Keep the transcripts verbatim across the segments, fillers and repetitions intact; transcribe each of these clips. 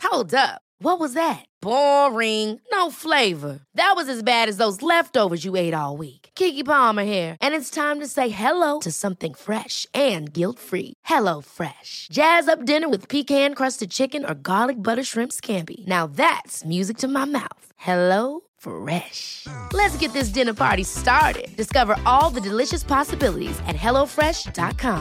Hold up. What was that? Boring. No flavor. That was as bad as those leftovers you ate all week. Keke Palmer here, and it's time to say hello to something fresh and guilt-free. Hello Fresh. Jazz up dinner with pecan-crusted chicken or garlic butter shrimp scampi. Now that's music to my mouth. Hello Fresh. Let's get this dinner party started. Discover all the delicious possibilities at hello fresh dot com.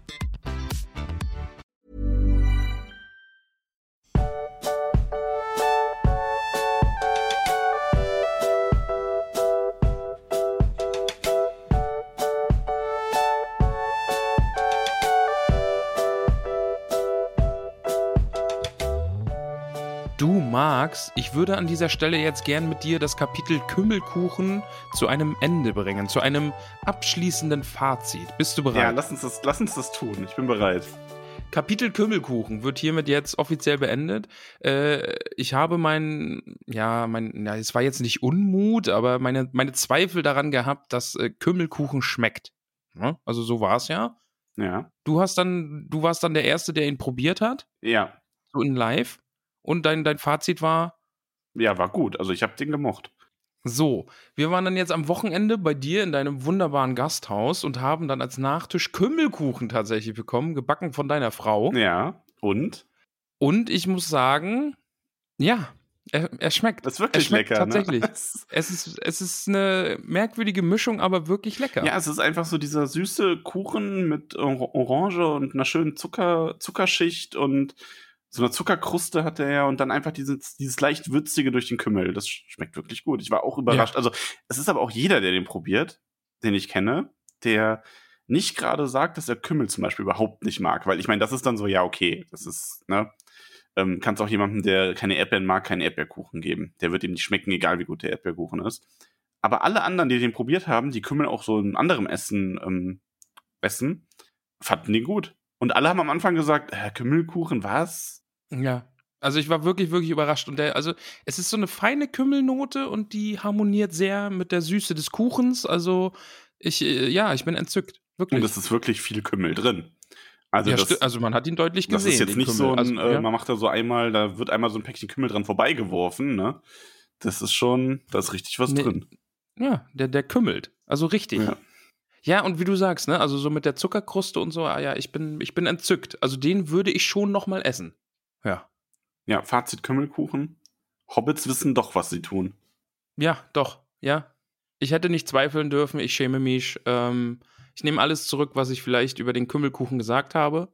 Du Max, ich würde an dieser Stelle jetzt gern mit dir das Kapitel Kümmelkuchen zu einem Ende bringen, zu einem abschließenden Fazit. Bist du bereit? Ja, lass uns das, lass uns das tun. Ich bin bereit. Kapitel Kümmelkuchen wird hiermit jetzt offiziell beendet. Äh, ich habe mein, ja, mein, ja, es war jetzt nicht Unmut, aber meine, meine Zweifel daran gehabt, dass äh, Kümmelkuchen schmeckt. Ja, also so war es ja. Ja. Du hast dann, du warst dann der Erste, der ihn probiert hat. Ja. So in live. Und dein, dein Fazit war? Ja, war gut. Also ich habe den gemocht. So, wir waren dann jetzt am Wochenende bei dir in deinem wunderbaren Gasthaus und haben dann als Nachtisch Kümmelkuchen tatsächlich bekommen, gebacken von deiner Frau. Ja, und? Und ich muss sagen, ja, er, er schmeckt. Das ist wirklich er schmeckt lecker, tatsächlich. Ne? Es ist, es ist eine merkwürdige Mischung, aber wirklich lecker. Ja, es ist einfach so dieser süße Kuchen mit Or- Orange und einer schönen Zucker, Zuckerschicht und so eine Zuckerkruste hat er ja und dann einfach dieses, dieses leicht würzige durch den Kümmel. Das schmeckt wirklich gut. Ich war auch überrascht. Ja. Also es ist aber auch jeder, der den probiert, den ich kenne, der nicht gerade sagt, dass er Kümmel zum Beispiel überhaupt nicht mag. Weil ich meine, das ist dann so, ja, okay, das ist, ne, ähm, kannst auch jemandem, der keine Erdbeeren mag, keinen Erdbeerkuchen geben. Der wird ihm nicht schmecken, egal wie gut der Erdbeerkuchen ist. Aber alle anderen, die den probiert haben, die Kümmel auch so in anderem Essen ähm, essen, fanden den gut. Und alle haben am Anfang gesagt, äh, Kümmelkuchen, was? Ja, also ich war wirklich, wirklich überrascht. Und der, also es ist so eine feine Kümmelnote und die harmoniert sehr mit der Süße des Kuchens. Also ich, äh, ja, ich bin entzückt. Wirklich. Und es ist wirklich viel Kümmel drin. Also, ja, das, sti- also man hat ihn deutlich gesehen. das ist jetzt nicht Kümmel. so ein, also, äh, ja. man macht da so einmal, da wird einmal so ein Päckchen Kümmel dran vorbeigeworfen, ne? Das ist schon, da ist richtig was Nee. drin. Ja, der, der kümmelt. Also richtig. Ja. Ja, und wie du sagst, ne, also so mit der Zuckerkruste und so, ah ja, ich bin, ich bin entzückt. Also den würde ich schon noch mal essen. Ja. Ja, Fazit Kümmelkuchen. Hobbits wissen doch, was sie tun. Ja, doch, ja. Ich hätte nicht zweifeln dürfen, ich schäme mich. Ähm, ich nehme alles zurück, was ich vielleicht über den Kümmelkuchen gesagt habe.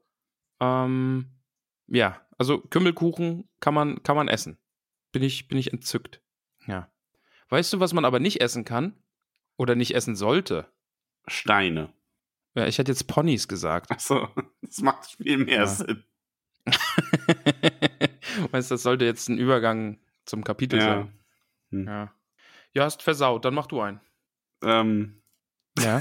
Ähm, ja, also Kümmelkuchen kann man, kann man essen. Bin ich, bin ich entzückt. Ja. Weißt du, was man aber nicht essen kann? Oder nicht essen sollte? Steine. Ja, ich hätte jetzt Ponys gesagt. Achso, das macht viel mehr Ja. Sinn. Weißt du, das sollte jetzt ein Übergang zum Kapitel Ja. sein. Hm. Ja. Ja, hast versaut, dann mach du einen. Ähm, Ja.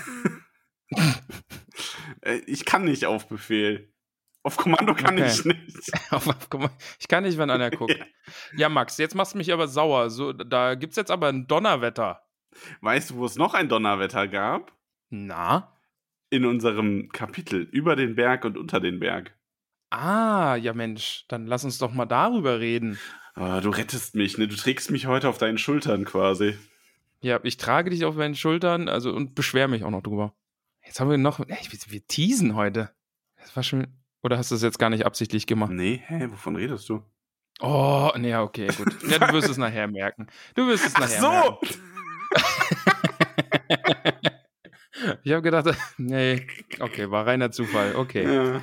äh, ich kann nicht auf Befehl. Auf Kommando kann Okay. ich nicht. Auf- auf- guck mal, ich kann nicht, wenn einer guckt. Ja. Ja, Max, jetzt machst du mich aber sauer. So, da gibt's jetzt aber ein Donnerwetter. Weißt du, wo es noch ein Donnerwetter gab? Na? In unserem Kapitel über den Berg und unter den Berg. Ah, ja Mensch, dann lass uns doch mal darüber reden. Ah, du rettest mich, ne? Du trägst mich heute auf deinen Schultern quasi. Ja, ich trage dich auf meinen Schultern, also und beschwer mich auch noch drüber. Jetzt haben wir noch, ey, wir, wir teasen heute. Das war schon, oder hast du das jetzt gar nicht absichtlich gemacht? Nee, hä, wovon redest du? Oh, nee, ja, okay, gut. Ja, du wirst es nachher merken. Du wirst es Ach nachher so! merken. Ich habe gedacht, nee, okay, war reiner Zufall, okay. Ja.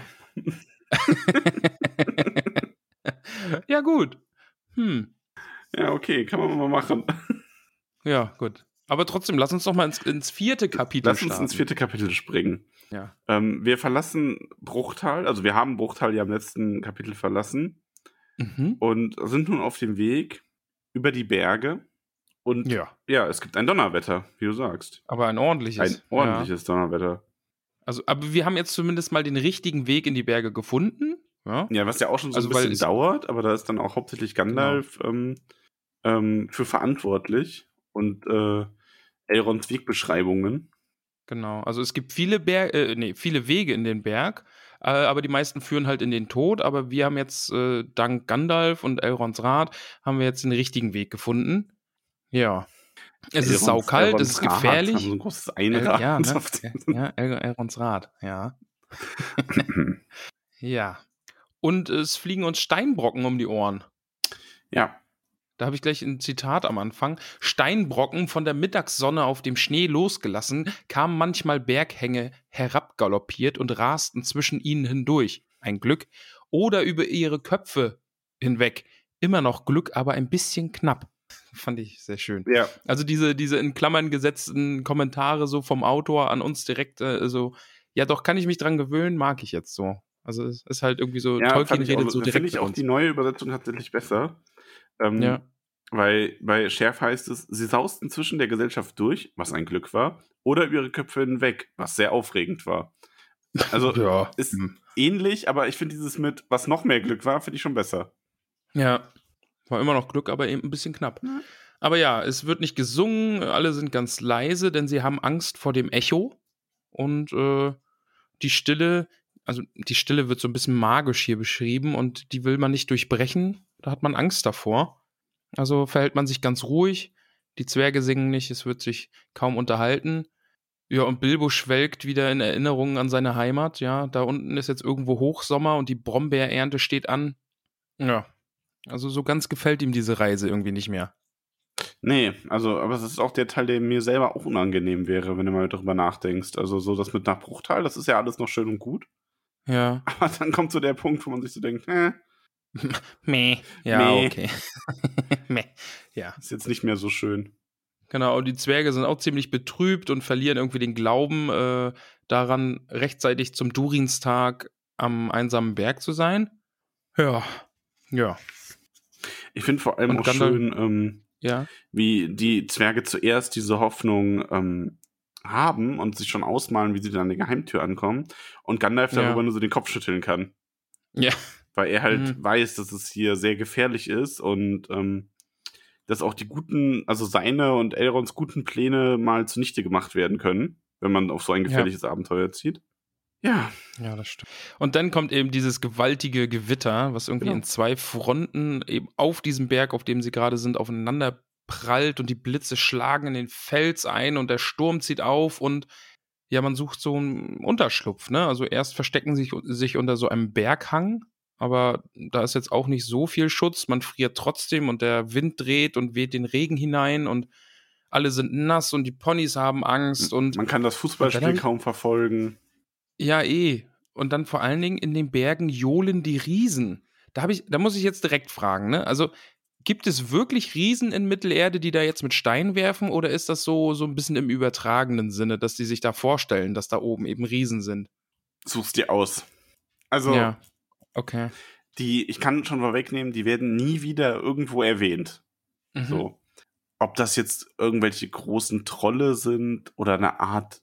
Ja, gut. Hm, Ja, okay, kann man mal machen. ja, gut. Aber trotzdem, lass uns doch mal ins, ins vierte Kapitel Lass uns starten. ins vierte Kapitel springen. Ja. Ähm, wir verlassen Bruchtal, also wir haben Bruchtal ja im letzten Kapitel verlassen Mhm. und sind nun auf dem Weg über die Berge. Und ja, Ja, es gibt ein Donnerwetter, wie du sagst. aber ein ordentliches. Ein ordentliches Donnerwetter. Ja. Also, aber wir haben jetzt zumindest mal den richtigen Weg in die Berge gefunden. Ja. Ja, was ja auch schon so Also, ein weil bisschen es- Genau. dauert, aber da ist dann auch hauptsächlich Gandalf ähm, ähm, für verantwortlich und äh, Elrons Wegbeschreibungen. Genau. Also es gibt viele Ber äh, nee, viele Wege in den Berg, Äh, aber die meisten führen halt in den Tod. Aber wir haben jetzt, äh, dank Gandalf und Elrons Rat, haben wir jetzt den richtigen Weg gefunden. Ja. Es ist Elrons- saukalt, Elrons es ist Rat, gefährlich. haben so ein großes El Einrad. ja, ne? Ja, ja, El Elrons Rat, ja. Ja. Und es fliegen uns Steinbrocken um die Ohren. Ja. Da habe ich gleich ein Zitat am Anfang. Steinbrocken von der Mittagssonne auf dem Schnee losgelassen, kamen manchmal Berghänge herabgaloppiert und rasten zwischen ihnen hindurch. Ein Glück. Oder über ihre Köpfe hinweg. Immer noch Glück, aber ein bisschen knapp. Fand ich sehr schön. Ja. Also diese, diese in Klammern gesetzten Kommentare so vom Autor an uns direkt, äh, so, ja doch, kann ich mich dran gewöhnen, mag ich jetzt so. Also es ist halt irgendwie so, Ja, Tolkien fand ich auch, redet so direkt finde ich mit auch uns. die neue Übersetzung tatsächlich besser. Ähm, Ja. Weil bei Scherf heißt es, sie sausten zwischen der Gesellschaft durch, was ein Glück war, oder über ihre Köpfe hinweg, was sehr aufregend war. Also Ja. ist Hm. ähnlich, aber ich finde dieses mit, was noch mehr Glück war, finde ich schon besser. Ja, war immer noch Glück, aber eben ein bisschen knapp. Ja. Aber ja, es wird nicht gesungen, alle sind ganz leise, denn sie haben Angst vor dem Echo. Und äh, die Stille, also die Stille wird so ein bisschen magisch hier beschrieben und die will man nicht durchbrechen. Da hat man Angst davor. Also verhält man sich ganz ruhig. Die Zwerge singen nicht, es wird sich kaum unterhalten. Ja, und Bilbo schwelgt wieder in Erinnerungen an seine Heimat. Ja, da unten ist jetzt irgendwo Hochsommer und die Brombeerernte steht an. Ja, also so ganz gefällt ihm diese Reise irgendwie nicht mehr. Nee, also, aber es ist auch der Teil, der mir selber auch unangenehm wäre, wenn du mal darüber nachdenkst. Also so das mit nach Bruchtal, das ist ja alles noch schön und gut. Ja. Aber dann kommt so der Punkt, wo man sich so denkt, äh, Meh. Ja, Meh. okay. Meh. Ja. ist jetzt nicht mehr so schön. Genau, und die Zwerge sind auch ziemlich betrübt und verlieren irgendwie den Glauben äh, daran, rechtzeitig zum Durinstag am einsamen Berg zu sein. Ja. Ja. Ich finde vor allem Und auch Gandalf- schön, ähm, Ja. wie die Zwerge zuerst diese Hoffnung ähm, haben und sich schon ausmalen, wie sie dann an der Geheimtür ankommen und Gandalf Ja. darüber nur so den Kopf schütteln kann. Ja. Weil er halt Mhm. weiß, dass es hier sehr gefährlich ist und ähm, dass auch die guten, also seine und Elrons guten Pläne mal zunichte gemacht werden können, wenn man auf so ein gefährliches Abenteuer zieht. Ja, Ja, das stimmt. Und dann kommt eben dieses gewaltige Gewitter, was irgendwie Genau. in zwei Fronten eben auf diesem Berg, auf dem sie gerade sind, aufeinander prallt und die Blitze schlagen in den Fels ein und der Sturm zieht auf und ja, man sucht so einen Unterschlupf, ne? Also erst verstecken sich sich unter so einem Berghang, aber da ist jetzt auch nicht so viel Schutz. Man friert trotzdem und der Wind dreht und weht den Regen hinein und alle sind nass und die Ponys haben Angst und man kann das Fußballspiel Und dann- kaum verfolgen. ja, eh. Und dann vor allen Dingen in den Bergen johlen die Riesen. Da, hab ich, da muss ich jetzt direkt fragen, ne? Also, gibt es wirklich Riesen in Mittelerde, die da jetzt mit Stein werfen? Oder ist das so, so ein bisschen im übertragenen Sinne, dass die sich da vorstellen, dass da oben eben Riesen sind? Such's dir aus. Also, Ja, okay. die, ich kann schon mal wegnehmen, die werden nie wieder irgendwo erwähnt. Mhm. So. Ob das jetzt irgendwelche großen Trolle sind oder eine Art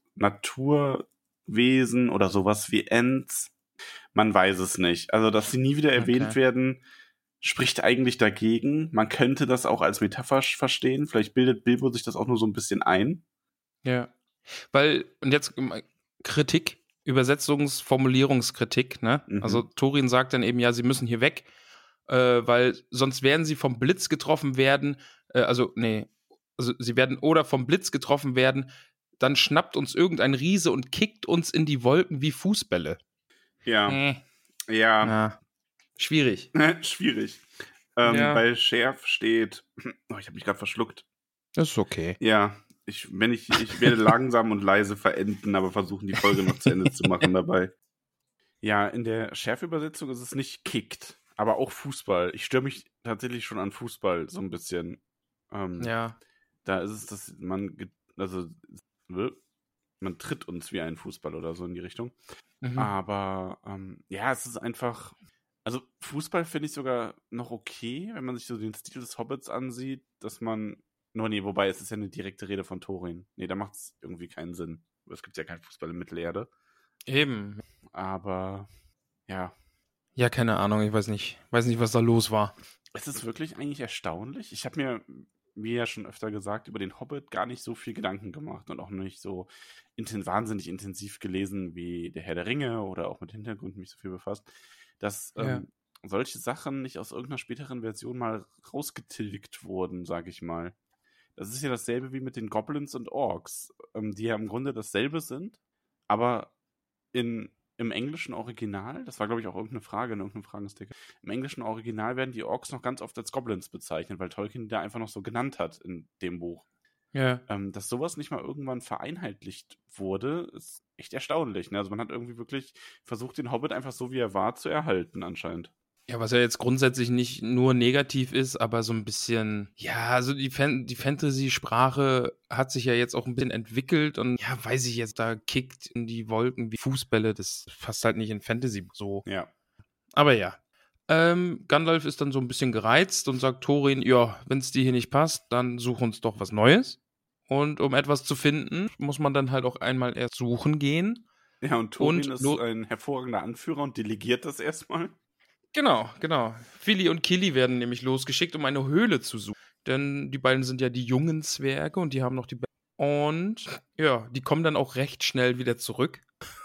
Naturwesen oder sowas wie Ents, man weiß es nicht. Also, dass sie nie wieder erwähnt Okay. werden, spricht eigentlich dagegen. Man könnte das auch als Metapher verstehen. Vielleicht bildet Bilbo sich das auch nur so ein bisschen ein. Ja. Weil, und jetzt ähm, Kritik, Übersetzungs-, Formulierungskritik, ne? Mhm. Also Thorin sagt dann eben, ja, sie müssen hier weg, äh, weil sonst werden sie vom Blitz getroffen werden, äh, also, nee, also sie werden oder vom Blitz getroffen werden, dann schnappt uns irgendein Riese und kickt uns in die Wolken wie Fußbälle. Ja, Äh, ja, ja. Schwierig. schwierig. Ähm, Ja. Bei Schärf steht, oh, ich habe mich gerade verschluckt. Das ist okay. Ja, ich, wenn ich, ich werde langsam und leise verenden, aber versuchen, die Folge noch zu Ende zu machen dabei. Ja, in der Schärfübersetzung ist es nicht kickt, aber auch Fußball. Ich störe mich tatsächlich schon an Fußball so ein bisschen. Ähm, Ja. Da ist es, dass man, ge- also, äh, man tritt uns wie ein Fußball oder so in die Richtung. Mhm. Aber ähm, ja, es ist einfach, also Fußball finde ich sogar noch okay, wenn man sich so den Stil des Hobbits ansieht, dass man, no, nee, wobei es ist ja eine direkte Rede von Thorin. Nee, da macht es irgendwie keinen Sinn. Es gibt ja keinen Fußball in Mittelerde. Eben. Aber ja, Ja, keine Ahnung, ich weiß nicht. Weiß nicht, was da los war. es ist wirklich eigentlich erstaunlich. Ich habe mir wie ja schon öfter gesagt, über den Hobbit gar nicht so viel Gedanken gemacht und auch nicht so inten wahnsinnig intensiv gelesen wie der Herr der Ringe oder auch mit Hintergrund mich so viel befasst, dass Ja. ähm, solche Sachen nicht aus irgendeiner späteren Version mal rausgetilgt wurden, sag ich mal. Das ist ja dasselbe wie mit den Goblins und Orks, ähm, die ja im Grunde dasselbe sind, aber in, im englischen Original, das war glaube ich auch irgendeine Frage in irgendeinem Fragensticker, im englischen Original werden die Orks noch ganz oft als Goblins bezeichnet, weil Tolkien die da einfach noch so genannt hat in dem Buch. Ja. Ähm, dass sowas nicht mal irgendwann vereinheitlicht wurde, ist echt erstaunlich. Ne? Also man hat irgendwie wirklich versucht, den Hobbit einfach so, wie er war, zu erhalten anscheinend. Ja, was ja jetzt grundsätzlich nicht nur negativ ist, aber so ein bisschen, ja, also die, Fan die Fantasy-Sprache hat sich ja jetzt auch ein bisschen entwickelt und ja, weiß ich jetzt, da kickt in die Wolken wie Fußbälle, das passt halt nicht in Fantasy so. Ja. Aber ja. Ähm, Gandalf ist dann so ein bisschen gereizt und sagt Thorin, ja, wenn es dir hier nicht passt, dann such uns doch was Neues. Und um etwas zu finden, muss man dann halt auch einmal erst suchen gehen. Ja, und Thorin Und ist lo- ein hervorragender Anführer und delegiert das erstmal. Genau, genau. Fili und Kili werden nämlich losgeschickt, um eine Höhle zu suchen. Denn die beiden sind ja die jungen Zwerge und die haben noch die... Be und ja, die kommen dann auch recht schnell wieder zurück.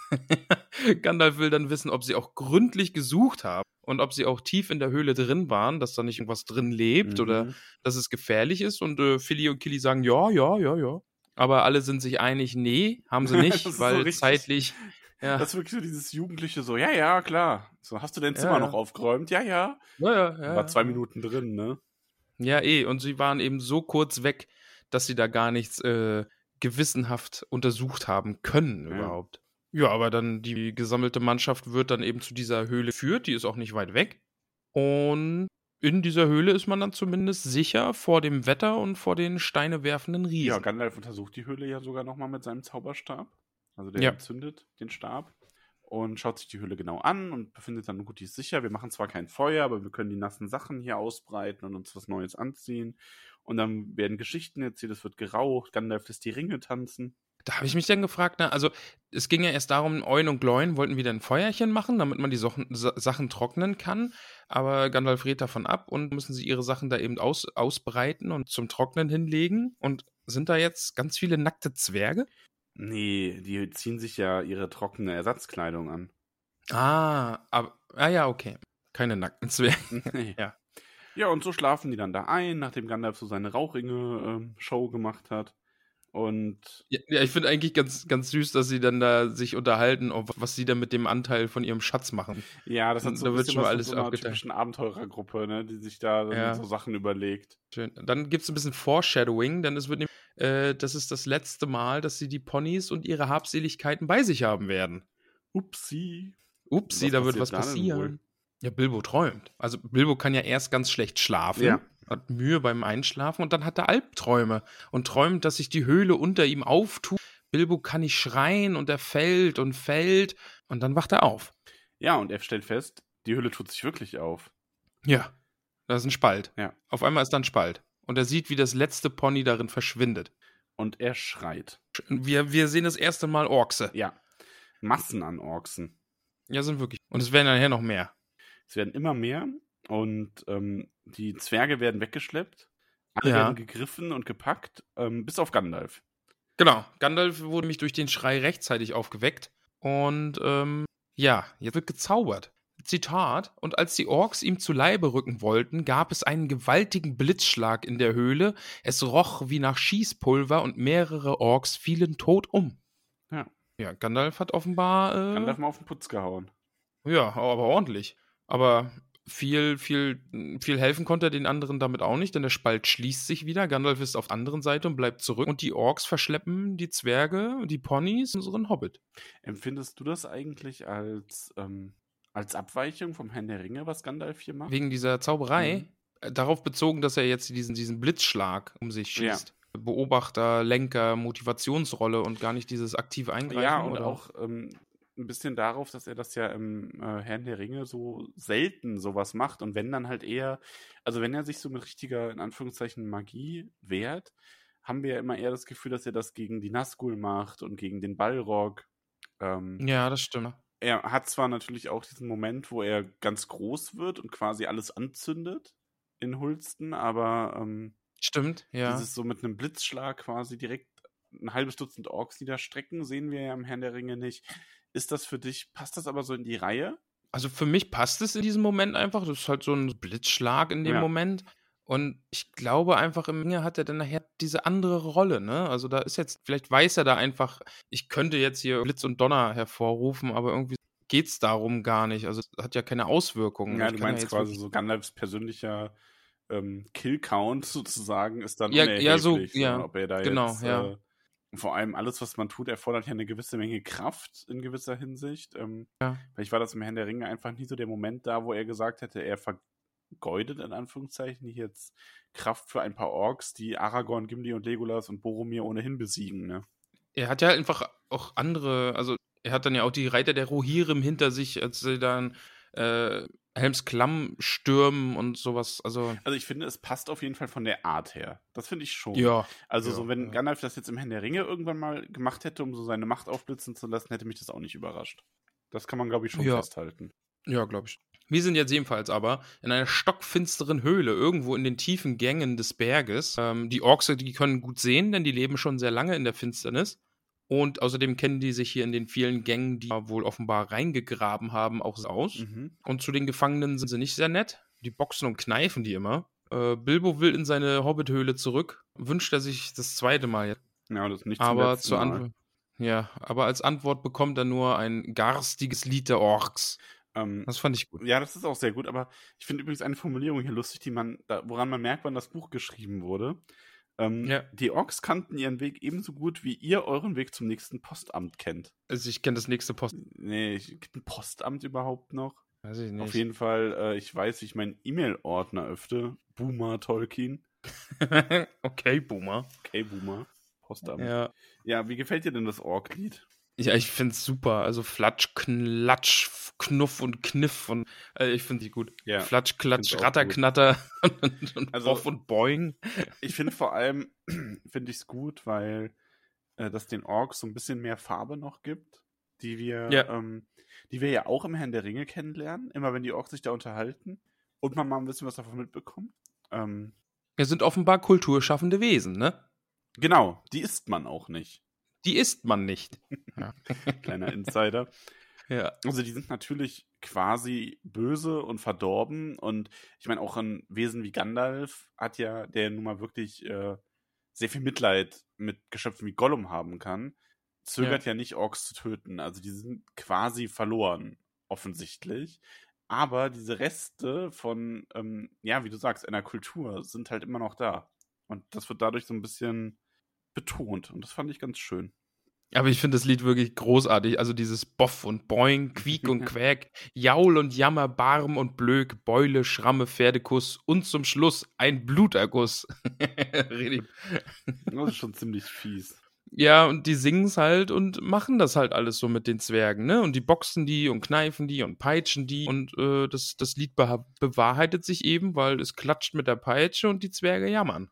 Gandalf will dann wissen, ob sie auch gründlich gesucht haben und ob sie auch tief in der Höhle drin waren, dass da nicht irgendwas drin lebt Mhm. oder dass es gefährlich ist. Und äh, Fili und Kili sagen, ja, ja, ja, ja. Aber alle sind sich einig, nee, haben sie Das nicht, ist so weil richtig- zeitlich... Ja, Das ist wirklich so dieses Jugendliche so, ja, ja, klar. So, hast du dein Ja, Zimmer ja. noch aufgeräumt? Ja, ja. ja, ja, ja, War zwei ja. Minuten drin, ne? Ja, eh. Und sie waren eben so kurz weg, dass sie da gar nichts äh, gewissenhaft untersucht haben können Ja. überhaupt. Ja, aber dann die gesammelte Mannschaft wird dann eben zu dieser Höhle geführt. Die ist auch nicht weit weg. Und in dieser Höhle ist man dann zumindest sicher vor dem Wetter und vor den Steine werfenden Ja, Riesen. Gandalf untersucht die Höhle ja sogar nochmal mit seinem Zauberstab. Also der Ja. entzündet den Stab und schaut sich die Höhle genau an und befindet dann, gut, die ist sicher. Wir machen zwar kein Feuer, aber wir können die nassen Sachen hier ausbreiten und uns was Neues anziehen. Und dann werden Geschichten erzählt, es wird geraucht, Gandalf lässt die Ringe tanzen. Da habe ich mich dann gefragt, ne, also es ging ja erst darum, Eun und Gloin wollten wieder ein Feuerchen machen, damit man die Sochen, Sa Sachen trocknen kann, aber Gandalf rät davon ab und müssen sie ihre Sachen da eben aus, ausbreiten und zum Trocknen hinlegen und sind da jetzt ganz viele nackte Zwerge? Nee, die ziehen sich ja ihre trockene Ersatzkleidung an. Ah, aber, ah ja, okay, keine nackten Zwerge. Nee. Ja. Ja, und so schlafen die dann da ein, nachdem Gandalf so seine Rauchringe-Show gemacht hat. Und Ja, ja, ich finde eigentlich ganz, ganz süß, dass sie dann da sich unterhalten, ob, was sie dann mit dem Anteil von ihrem Schatz machen. ja, das hat so Da ein wird bisschen schon was alles von so einer aufgeteilt. typischen Abenteurergruppe, ne, die sich da dann Ja. so Sachen überlegt. Schön. Dann gibt es ein bisschen Foreshadowing, denn es wird nämlich, äh, das ist das letzte Mal, dass sie die Ponys und ihre Habseligkeiten bei sich haben werden. Upsi. Upsi, Was da wird passiert was da denn passieren. wohl? Ja, Bilbo träumt. Also Bilbo kann ja erst ganz schlecht schlafen, Ja. hat Mühe beim Einschlafen und dann hat er Albträume und träumt, dass sich die Höhle unter ihm auftut. Bilbo kann nicht schreien und er fällt und fällt und dann wacht er auf. Ja, und er stellt fest, die Höhle tut sich wirklich auf. Ja, da ist ein Spalt. Ja. Auf einmal ist da ein Spalt und er sieht, wie das letzte Pony darin verschwindet. Und er schreit. Wir, wir sehen das erste Mal Orkse. Ja. Massen an Orksen. Ja, sind wirklich. Und es werden nachher noch mehr. Es werden immer mehr und ähm, die Zwerge werden weggeschleppt. Alle Ja. werden gegriffen und gepackt, ähm, bis auf Gandalf. Genau. Gandalf wurde mich durch den Schrei rechtzeitig aufgeweckt. Und ähm, ja, jetzt wird gezaubert. Zitat: Und als die Orks ihm zu Leibe rücken wollten, gab es einen gewaltigen Blitzschlag in der Höhle. Es roch wie nach Schießpulver und mehrere Orks fielen tot um. Ja. Ja, Gandalf hat offenbar. Äh, Gandalf mal auf den Putz gehauen. Ja, aber ordentlich. Aber viel, viel, viel helfen konnte er den anderen damit auch nicht, denn der Spalt schließt sich wieder. Gandalf ist auf der anderen Seite und bleibt zurück. Und die Orks verschleppen die Zwerge, die Ponys, unseren Hobbit. Empfindest du das eigentlich als, ähm, als Abweichung vom Herrn der Ringe, was Gandalf hier macht? Wegen dieser Zauberei, äh, darauf bezogen, dass er jetzt diesen, diesen Blitzschlag um sich Ja. schießt. Beobachter, Lenker, Motivationsrolle und gar nicht dieses aktive Eingreifen. Ja, und oder? auch ähm, ein bisschen darauf, dass er das ja im äh, Herrn der Ringe so selten sowas macht und wenn dann halt eher, also wenn er sich so mit richtiger, in Anführungszeichen, Magie wehrt, haben wir ja immer eher das Gefühl, dass er das gegen die Nazgul macht und gegen den Balrog. Ähm, Ja, das stimmt. Er hat zwar natürlich auch diesen Moment, wo er ganz groß wird und quasi alles anzündet in Hulsten, aber ähm, Stimmt, ja. Dieses so mit einem Blitzschlag quasi direkt ein halbes Dutzend Orks niederstrecken, sehen wir ja im Herrn der Ringe nicht. Ist das für dich, passt das aber so in die Reihe? Also für mich passt es in diesem Moment einfach. Das ist halt so ein Blitzschlag in dem Ja. Moment. Und ich glaube einfach, im Ringe hat er dann nachher diese andere Rolle, ne? Also da ist jetzt, vielleicht weiß er da einfach, ich könnte jetzt hier Blitz und Donner hervorrufen, aber irgendwie geht es darum gar nicht. Also es hat ja keine Auswirkungen. Ja, Ich du kann ja meinst jetzt quasi wirklich- so Gandalfs persönlicher ähm, Kill-Count sozusagen ist dann Ja, unerheblich. ja, so, so, ja, ob er da genau, jetzt, ja. äh, vor allem alles, was man tut, erfordert ja eine gewisse Menge Kraft in gewisser Hinsicht. Ähm, Ja. Vielleicht war das im Herrn der Ringe einfach nie so der Moment da, wo er gesagt hätte, er vergeudet in Anführungszeichen hier jetzt Kraft für ein paar Orks, die Aragorn, Gimli und Legolas und Boromir ohnehin besiegen, ne? Er hat ja einfach auch andere, also er hat dann ja auch die Reiter der Rohirrim hinter sich, als sie dann äh, Helms Klamm stürmen und sowas. Also Also ich finde, es passt auf jeden Fall von der Art her. Das finde ich schon. ja. Also ja, so, wenn ja. Gandalf das jetzt im Herrn der Ringe irgendwann mal gemacht hätte, um so seine Macht aufblitzen zu lassen, hätte mich das auch nicht überrascht. Das kann man, glaube ich, schon Ja. festhalten. Ja, glaube ich. Wir sind jetzt jedenfalls aber in einer stockfinsteren Höhle, irgendwo in den tiefen Gängen des Berges. Ähm, die Orks, die können gut sehen, denn die leben schon sehr lange in der Finsternis. Und außerdem kennen die sich hier in den vielen Gängen, die wohl offenbar reingegraben haben, auch aus. Mhm. Und zu den Gefangenen sind sie nicht sehr nett. Die boxen und kneifen die immer. Äh, Bilbo will in seine Hobbithöhle zurück. Wünscht er sich das zweite Mal jetzt. Ja, das ist nicht zum Aber letzten zur Mal. Antwort. Ja, aber als Antwort bekommt er nur ein garstiges Lied der Orks. Ähm, Das fand ich gut. ja, das ist auch sehr gut, aber ich finde übrigens eine Formulierung hier lustig, die man, da, woran man merkt, wann das Buch geschrieben wurde. Ähm, Ja. Die Orks kannten ihren Weg ebenso gut, wie ihr euren Weg zum nächsten Postamt kennt. Also ich kenne das nächste Post. Nee, ich- gibt ein Postamt überhaupt noch? Weiß ich nicht. Auf jeden Fall, äh, ich weiß, wie ich meinen E-Mail-Ordner öffne. Boomer Tolkien. Okay, Boomer. Okay, Boomer. Postamt. Ja, Ja. wie gefällt dir denn das Ork-Lied? Ja, ich find's super. Also Flatsch, Klatsch, Knuff und Kniff und äh, ich finde die gut. Ja, Flatsch, Klatsch, find's auch Ratterknatter und, und Also- Boff und Boing. Ich finde vor allem, finde ich es gut, weil äh, das den Orks so ein bisschen mehr Farbe noch gibt, die wir, Ja. ähm, die wir ja auch im Herrn der Ringe kennenlernen, immer wenn die Orks sich da unterhalten und man mal ein bisschen was davon mitbekommt. Ähm, Wir sind offenbar kulturschaffende Wesen, ne? genau, die isst man auch nicht. Die isst man nicht. Ja. Kleiner Insider. Ja. Also die sind natürlich quasi böse und verdorben und ich meine auch ein Wesen wie Gandalf hat ja, der nun mal wirklich äh, sehr viel Mitleid mit Geschöpfen wie Gollum haben kann, zögert ja. ja nicht Orks zu töten. Also die sind quasi verloren, offensichtlich. Aber diese Reste von, ähm, ja, wie du sagst, einer Kultur sind halt immer noch da. Und das wird dadurch so ein bisschen betont und das fand ich ganz schön. Aber ich finde das Lied wirklich großartig. Also dieses Boff und Boing, Quiek und Quäk, Jaul und Jammer, Barm und Blöck, Beule, Schramme, Pferdekuss und zum Schluss ein Bluterguss. Richtig. Das ist schon ziemlich fies. Ja, und die singen's halt und machen das halt alles so mit den Zwergen, ne? Und die boxen die und kneifen die und peitschen die. Und äh, das, das Lied beha- bewahrheitet sich eben, weil es klatscht mit der Peitsche und die Zwerge jammern.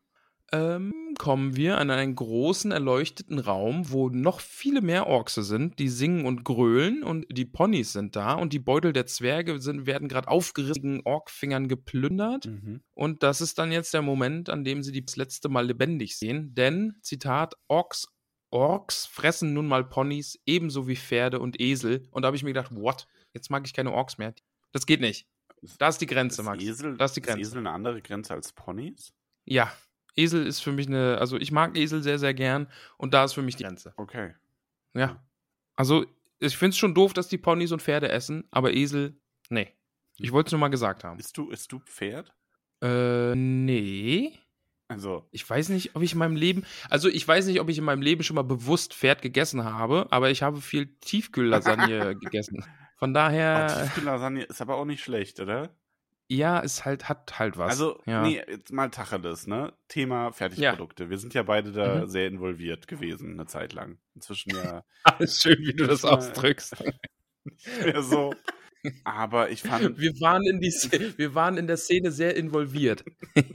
Ähm, kommen wir an einen großen, erleuchteten Raum, wo noch viele mehr Orkse sind, die singen und grölen und die Ponys sind da und die Beutel der Zwerge sind, werden gerade aufgerissenen Orkfingern geplündert. Mhm. Und das ist dann jetzt der Moment, an dem sie die das letzte Mal lebendig sehen, denn, Zitat, Orks, Orks fressen nun mal Ponys, ebenso wie Pferde und Esel. Und da habe ich mir gedacht, what? Jetzt mag ich keine Orks mehr. Das geht nicht. Da ist die Grenze, Ist Max. Esel, Da ist die ist Grenze. Esel eine andere Grenze als Ponys? Ja, Esel ist für mich eine, also ich mag Esel sehr, sehr gern und da ist für mich die Grenze. Okay. Ja. Also ich finde es schon doof, dass die Ponys und Pferde essen, aber Esel, nee. Ich wollte es nur mal gesagt haben. Isst du, isst du Pferd? Äh, nee. Also, Ich weiß nicht, ob ich in meinem Leben, also ich weiß nicht, ob ich in meinem Leben schon mal bewusst Pferd gegessen habe, aber ich habe viel Tiefkühllasagne gegessen. Von oh, daher, Tiefkühllasagne ist aber auch nicht schlecht, oder? ja, es halt, hat halt was. Also, ja. nee, jetzt mal Tacheles, ne? Thema Fertigprodukte. Wir sind ja beide da Mhm. sehr involviert gewesen, eine Zeit lang. Inzwischen ja Alles schön, wie du das Nicht mal- ausdrückst. nicht mehr so. Aber ich fand, Wir waren in die, Sz- wir waren in der Szene sehr involviert.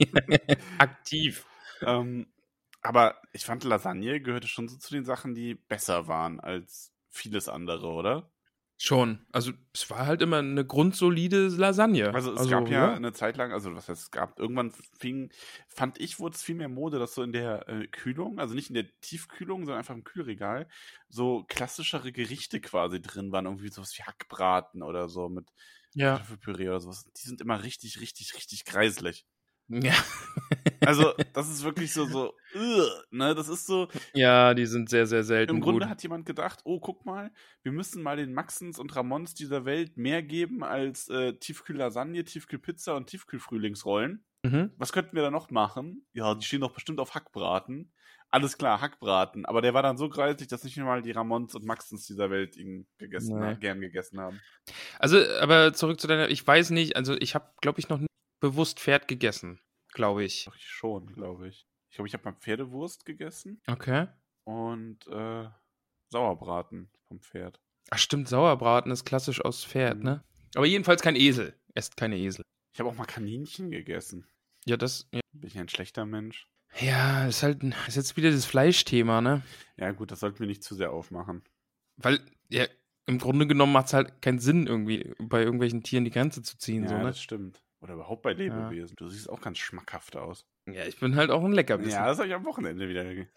Aktiv. ähm, aber ich fand, Lasagne gehörte schon so zu den Sachen, die besser waren als vieles andere, oder? Schon. Also, es war halt immer eine grundsolide Lasagne. Also es also, gab ja, ja. eine Zeit lang, also was heißt es gab, irgendwann fing, fand ich, wurde es viel mehr Mode, dass so in der äh, Kühlung, also nicht in der Tiefkühlung, sondern einfach im Kühlregal, so klassischere Gerichte quasi drin waren, irgendwie sowas wie Hackbraten oder so mit Ja. Kartoffelpüree oder sowas. Die sind immer richtig, richtig, richtig kreislich. Ja. Also das ist wirklich so, so, ugh, ne, das ist so, Ja, die sind sehr, sehr selten im Grunde gut. hat jemand gedacht, oh, guck mal, wir müssen mal den Maxens und Ramons dieser Welt mehr geben als äh, Tiefkühl-Lasagne, Tiefkühl-Pizza und Tiefkühl-Frühlingsrollen. Mhm. Was könnten wir da noch machen? Ja, die stehen doch bestimmt auf Hackbraten. Alles klar, Hackbraten. Aber der war dann so greisig, dass nicht mal die Ramons und Maxens dieser Welt ihn gegessen Nee. ha- gern gegessen haben. Also, aber zurück zu deiner, ich weiß nicht, also ich habe, glaube ich, noch nie bewusst Pferd gegessen, glaube ich. Doch, ich schon, glaube ich. Ich glaube, ich habe mal Pferdewurst gegessen Okay. und äh, Sauerbraten vom Pferd. Ach stimmt, Sauerbraten ist klassisch aus Pferd, Mhm. ne? Aber jedenfalls kein Esel. Esst keine Esel. Ich habe auch mal Kaninchen gegessen. Ja, das, ja. Bin ich ein schlechter Mensch? Ja, ist halt, ein- ist jetzt wieder das Fleischthema, ne? Ja, gut, das sollten wir nicht zu sehr aufmachen. Weil, ja, im Grunde genommen macht es halt keinen Sinn, irgendwie bei irgendwelchen Tieren die Grenze zu ziehen, Ja, so, ne? das stimmt. Oder überhaupt bei Lebewesen. Du siehst auch ganz schmackhaft aus. Ja, ich bin halt auch ein Leckerbissen. Ja, das habe ich am Wochenende wieder. ge-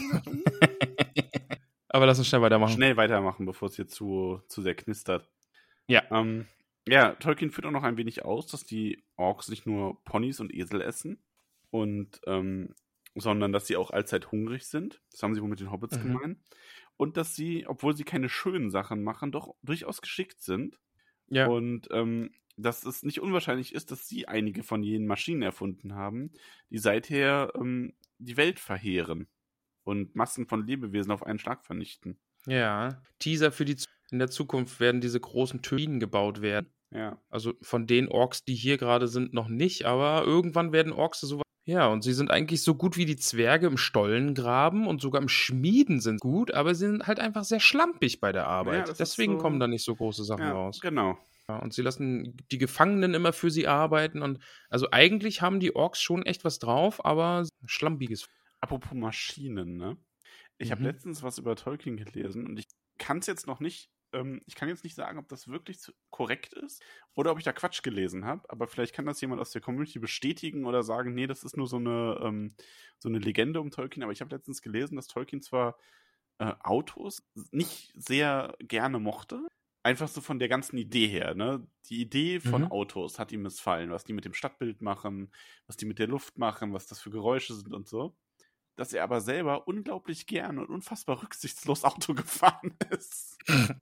Aber lass uns schnell weitermachen. Schnell weitermachen, bevor es hier zu, zu sehr knistert. Ja. Ähm, ja, Tolkien führt auch noch ein wenig aus, dass die Orks nicht nur Ponys und Esel essen, und, ähm, sondern dass sie auch allzeit hungrig sind. Das haben sie wohl mit den Hobbits Mhm. gemeint. Und dass sie, obwohl sie keine schönen Sachen machen, doch durchaus geschickt sind. Ja. Und ähm, dass es nicht unwahrscheinlich ist, dass sie einige von jenen Maschinen erfunden haben, die seither ähm, die Welt verheeren und Massen von Lebewesen auf einen Schlag vernichten. Ja. Teaser für die Zukunft. In der Zukunft werden diese großen Turbinen gebaut werden. Ja. Also von den Orks, die hier gerade sind, noch nicht, aber irgendwann werden Orks so. Ja, und sie sind eigentlich so gut wie die Zwerge im Stollengraben und sogar im Schmieden sind gut, aber sie sind halt einfach sehr schlampig bei der Arbeit. Ja, das ist Deswegen so- kommen da nicht so große Sachen Ja, raus. genau. Ja, und sie lassen die Gefangenen immer für sie arbeiten. Und also eigentlich haben die Orks schon echt was drauf, aber schlampiges. Apropos Maschinen, ne? Ich habe Mhm. letztens was über Tolkien gelesen und ich kann es jetzt noch nicht, ähm, ich kann jetzt nicht sagen, ob das wirklich zu- korrekt ist oder ob ich da Quatsch gelesen habe, aber vielleicht kann das jemand aus der Community bestätigen oder sagen, nee, das ist nur so eine, ähm, so eine Legende um Tolkien. Aber ich habe letztens gelesen, dass Tolkien zwar äh, Autos nicht sehr gerne mochte, einfach so von der ganzen Idee her, ne? Die Idee von Mhm. Autos hat ihm missfallen, was die mit dem Stadtbild machen, was die mit der Luft machen, was das für Geräusche sind und so. Dass er aber selber unglaublich gern und unfassbar rücksichtslos Auto gefahren ist.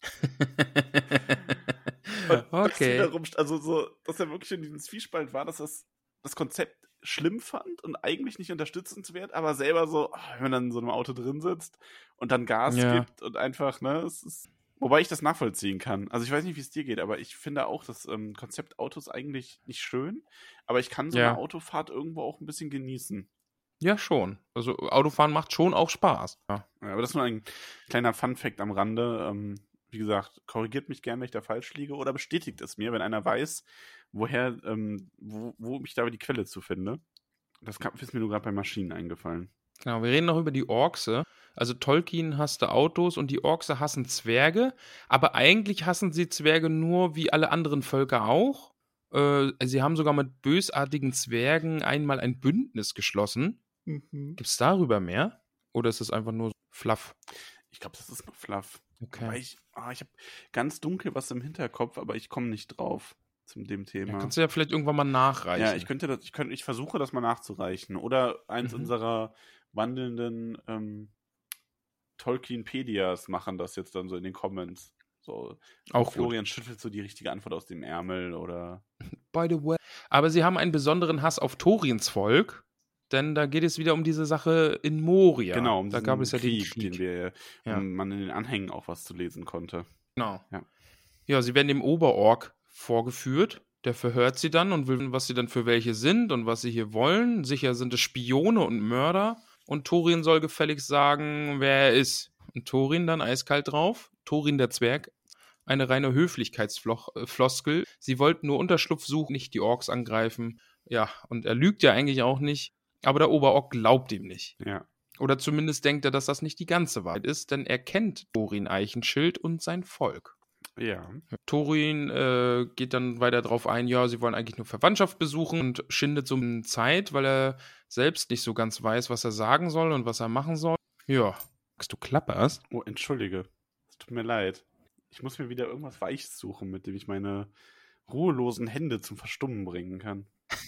Und das Okay. wiederum, also so, dass er wirklich in diesem Zwiespalt war, dass das, das Konzept schlimm fand und eigentlich nicht unterstützenswert, aber selber so, ah, wenn man dann in so einem Auto drin sitzt und dann Gas Ja. gibt und einfach, ne, es ist, wobei ich das nachvollziehen kann. Also ich weiß nicht, wie es dir geht, aber ich finde auch das ähm, Konzept Autos eigentlich nicht schön, aber ich kann so Ja. eine Autofahrt irgendwo auch ein bisschen genießen. Ja, schon. Also Autofahren macht schon auch Spaß. Ja. Ja, aber das ist nur ein kleiner Fun-Fact am Rande. Ähm, wie gesagt, korrigiert mich gerne, wenn ich da falsch liege, oder bestätigt es mir, wenn einer weiß, woher, ähm, wo, wo ich da die Quelle zu finde. Das kann- ist mir nur gerade bei Maschinen eingefallen. Genau, wir reden noch über die Orkse. Also Tolkien hasste Autos und die Orkse hassen Zwerge, aber eigentlich hassen sie Zwerge nur wie alle anderen Völker auch. Äh, sie haben sogar mit bösartigen Zwergen einmal ein Bündnis geschlossen. Gibt es darüber mehr? Oder ist es einfach nur Fluff? Ich glaube, das ist nur Fluff. Okay. Wobei ich, ah, ich habe ganz dunkel was im Hinterkopf, aber ich komme nicht drauf zu dem Ja, Thema. kannst du ja vielleicht irgendwann mal nachreichen. Ja, ich könnte das, ich könnte, ich versuche das mal nachzureichen. Oder eins Mhm. unserer wandelnden ähm, Tolkienpedias machen das jetzt dann so in den Comments. So, Auch gut. Florian schüttelt so die richtige Antwort aus dem Ärmel oder. By the way. Aber sie haben einen besonderen Hass auf Thorins Volk, denn da geht es wieder um diese Sache in Moria. Genau, um da diesen gab es ja Krieg, den Krieg. den wir, Ja. um man in den Anhängen auch was zu lesen konnte. Genau. Ja. Ja, sie werden dem Oberork vorgeführt. Der verhört sie dann und will wissen, was sie dann für welche sind und was sie hier wollen. Sicher sind es Spione und Mörder. Und Thorin soll gefälligst sagen, wer er ist. Und Thorin dann eiskalt drauf. Thorin der Zwerg. Eine reine Höflichkeitsfloskel. Sie wollten nur Unterschlupf suchen, nicht die Orks angreifen. Ja, und er lügt ja eigentlich auch nicht. Aber der Oberork glaubt ihm nicht. Ja. Oder zumindest denkt er, dass das nicht die ganze Wahrheit ist, denn er kennt Thorin Eichenschild und sein Volk. Ja. Thorin äh, geht dann weiter drauf ein, ja, sie wollen eigentlich nur Verwandtschaft besuchen und schindet so eine Zeit, weil er selbst nicht so ganz weiß, was er sagen soll und was er machen soll. Ja. Du klapperst? Oh, entschuldige. Es tut mir leid. Ich muss mir wieder irgendwas Weiches suchen, mit dem ich meine ruhelosen Hände zum Verstummen bringen kann.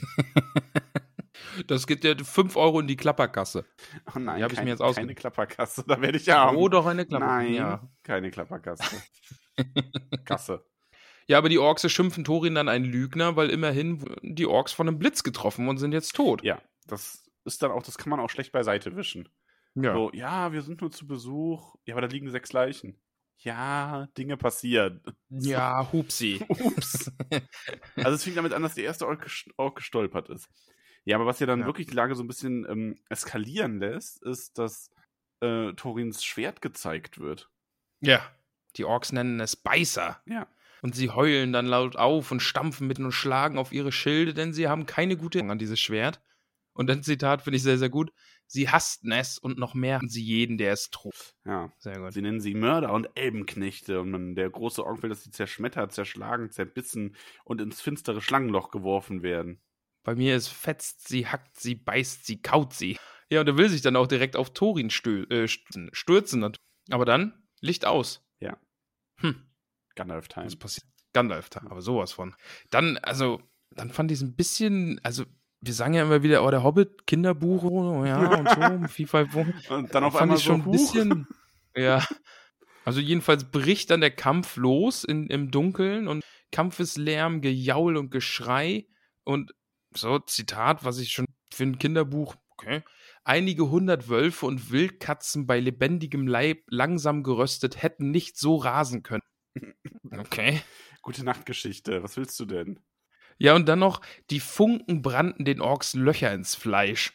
Das geht ja fünf Euro in die Klapperkasse. Oh nein, die habe ich keine, mir jetzt ausgedacht. keine Klapperkasse, da werde ich ja arm. Oh, doch eine Klapperkasse. Nein, Ja. keine Klapperkasse. Kasse. Ja, aber die Orks schimpfen Thorin dann einen Lügner, weil immerhin wurden die Orks von einem Blitz getroffen und sind jetzt tot. Ja, das ist dann auch, das kann man auch schlecht beiseite wischen. Ja. So, ja, wir sind nur zu Besuch. Ja, aber da liegen sechs Leichen. Ja, Dinge passieren. Ja, hupsi. Ups. Also es fing damit an, dass der erste Ork, ges- Ork gestolpert ist. Ja, aber was ja dann Ja. wirklich die Lage so ein bisschen ähm, eskalieren lässt, ist, dass äh, Thorins Schwert gezeigt wird. Ja. Die Orks nennen es Beißer. Ja. Und sie heulen dann laut auf und stampfen mit und schlagen auf ihre Schilde, denn sie haben keine gute Erinnerung an dieses Schwert. Und ein Zitat finde ich sehr, sehr gut. Sie hassten es und noch mehr hassen sie jeden, der es trug. Ja. Sehr gut. Sie nennen sie Mörder und Elbenknechte. Und man, der große Ork will, dass sie zerschmettert, zerschlagen, zerbissen und ins finstere Schlangenloch geworfen werden. Bei mir ist fetzt sie, hackt sie, beißt sie, kaut sie. Ja, und er will sich dann auch direkt auf Thorin stö- äh, stürzen. stürzen. Aber dann Licht aus. Ja. Hm. Gandalf-Time. Was passiert? Gandalf, aber sowas von. Dann, also, dann fand ich es ein bisschen, also, wir sagen ja immer wieder, oh, der Hobbit, Kinderbuch, oh, ja, und so, FIFA. Und dann auf fand einmal ich schon so, ein bisschen, ja. Also jedenfalls bricht dann der Kampf los in, im Dunkeln und Kampfeslärm, Gejaul und Geschrei und so, Zitat, was ich schon für ein Kinderbuch, okay, einige hundert Wölfe und Wildkatzen bei lebendigem Leib langsam geröstet hätten nicht so rasen können. Okay. Gute Nachtgeschichte. Was willst du denn? Ja, und dann noch, die Funken brannten den Orks Löcher ins Fleisch.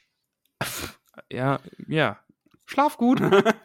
Ja, ja. Schlaf gut.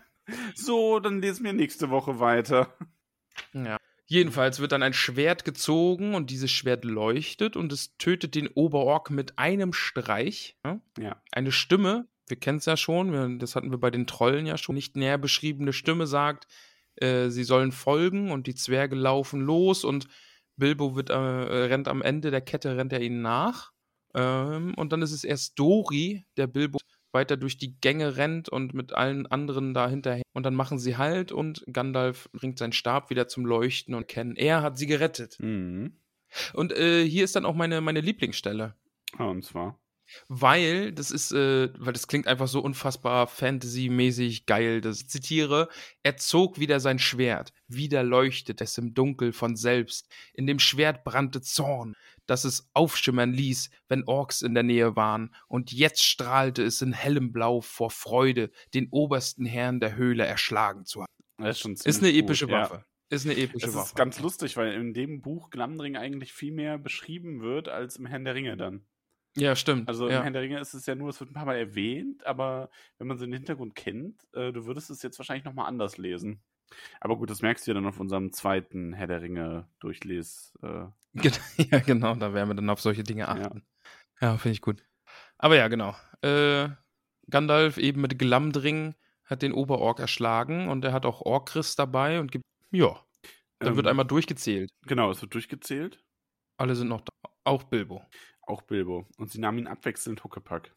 So, dann lesen wir nächste Woche weiter. Ja. Jedenfalls wird dann ein Schwert gezogen und dieses Schwert leuchtet und es tötet den Oberork mit einem Streich. Ja? Ja. Eine Stimme, wir kennen es ja schon, wir, das hatten wir bei den Trollen ja schon, nicht näher beschriebene Stimme sagt, äh, sie sollen folgen und die Zwerge laufen los und Bilbo wird, äh, rennt am Ende der Kette, rennt er ihnen nach. Ähm, und dann ist es erst Dori, der Bilbo weiter durch die Gänge rennt und mit allen anderen da hinterher. Und dann machen sie Halt und Gandalf bringt seinen Stab wieder zum Leuchten und kennen, er hat sie gerettet. Mhm. Und äh, hier ist dann auch meine, meine Lieblingsstelle. Ja, und zwar. Weil, das ist, äh, weil das klingt einfach so unfassbar Fantasy-mäßig geil. Das zitiere, er zog wieder sein Schwert, wieder leuchtet es im Dunkel von selbst. In dem Schwert brannte Zorn, das es aufschimmern ließ, wenn Orks in der Nähe waren. Und jetzt strahlte es in hellem Blau vor Freude, den obersten Herrn der Höhle erschlagen zu haben. Das ist schon Ist eine ziemlich epische gut, ja. Waffe. Ist eine epische Es Waffe. ist ganz lustig, weil in dem Buch Glamdring eigentlich viel mehr beschrieben wird als im Herrn der Ringe dann. Ja, stimmt. Also im ja. Herrn der Ringe ist es ja nur, es wird ein paar Mal erwähnt, aber wenn man so den Hintergrund kennt, äh, du würdest es jetzt wahrscheinlich nochmal anders lesen. Aber gut, das merkst du ja dann auf unserem zweiten Herr der Ringe Durchles. Äh, Ja, genau, da werden wir dann auf solche Dinge achten. Ja, ja finde ich gut. Aber ja, genau. Äh, Gandalf eben mit Glamdring hat den Oberork erschlagen und er hat auch Orkris dabei und gibt, ja, dann ähm, wird einmal durchgezählt. Genau, es wird durchgezählt. Alle sind noch da. Auch Bilbo. Auch Bilbo. Und sie nahmen ihn abwechselnd Huckepack.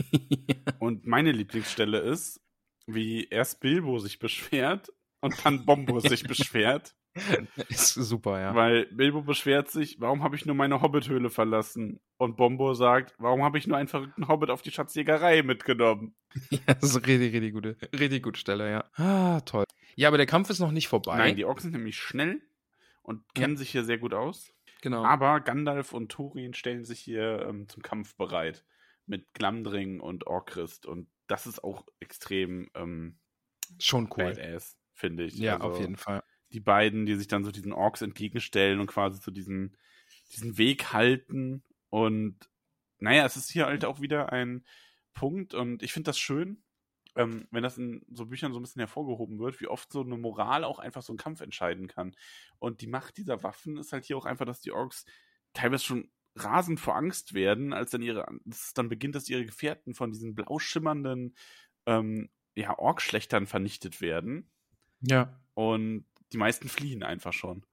Und meine Lieblingsstelle ist, wie erst Bilbo sich beschwert und dann Bombo sich beschwert. Ist super, ja. Weil Bilbo beschwert sich, warum habe ich nur meine Hobbithöhle verlassen? Und Bombo sagt, warum habe ich nur einen verrückten Hobbit auf die Schatzjägerei mitgenommen? Ja, das ist eine richtig, richtig gute, richtig gute Stelle, ja. Ah, toll. Ja, aber der Kampf ist noch nicht vorbei. Nein, die Orks sind nämlich schnell und kennen Ja. sich hier sehr gut aus. Genau. Aber Gandalf und Thorin stellen sich hier ähm, zum Kampf bereit. Mit Glamdring und Orcrist. Und das ist auch extrem ähm, Schon cool. badass, finde ich. Ja, Also auf jeden Fall. Die beiden, die sich dann so diesen Orks entgegenstellen und quasi so diesen, diesen Weg halten. Und naja, es ist hier halt auch wieder ein Punkt. Und ich finde das schön, ähm, wenn das in so Büchern so ein bisschen hervorgehoben wird, wie oft so eine Moral auch einfach so einen Kampf entscheiden kann. Und die Macht dieser Waffen ist halt hier auch einfach, dass die Orks teilweise schon rasend vor Angst werden, als dann ihre, es dann beginnt, dass ihre Gefährten von diesen blau schimmernden ähm, ja, Orkschlechtern vernichtet werden. Ja. Und die meisten fliehen einfach schon.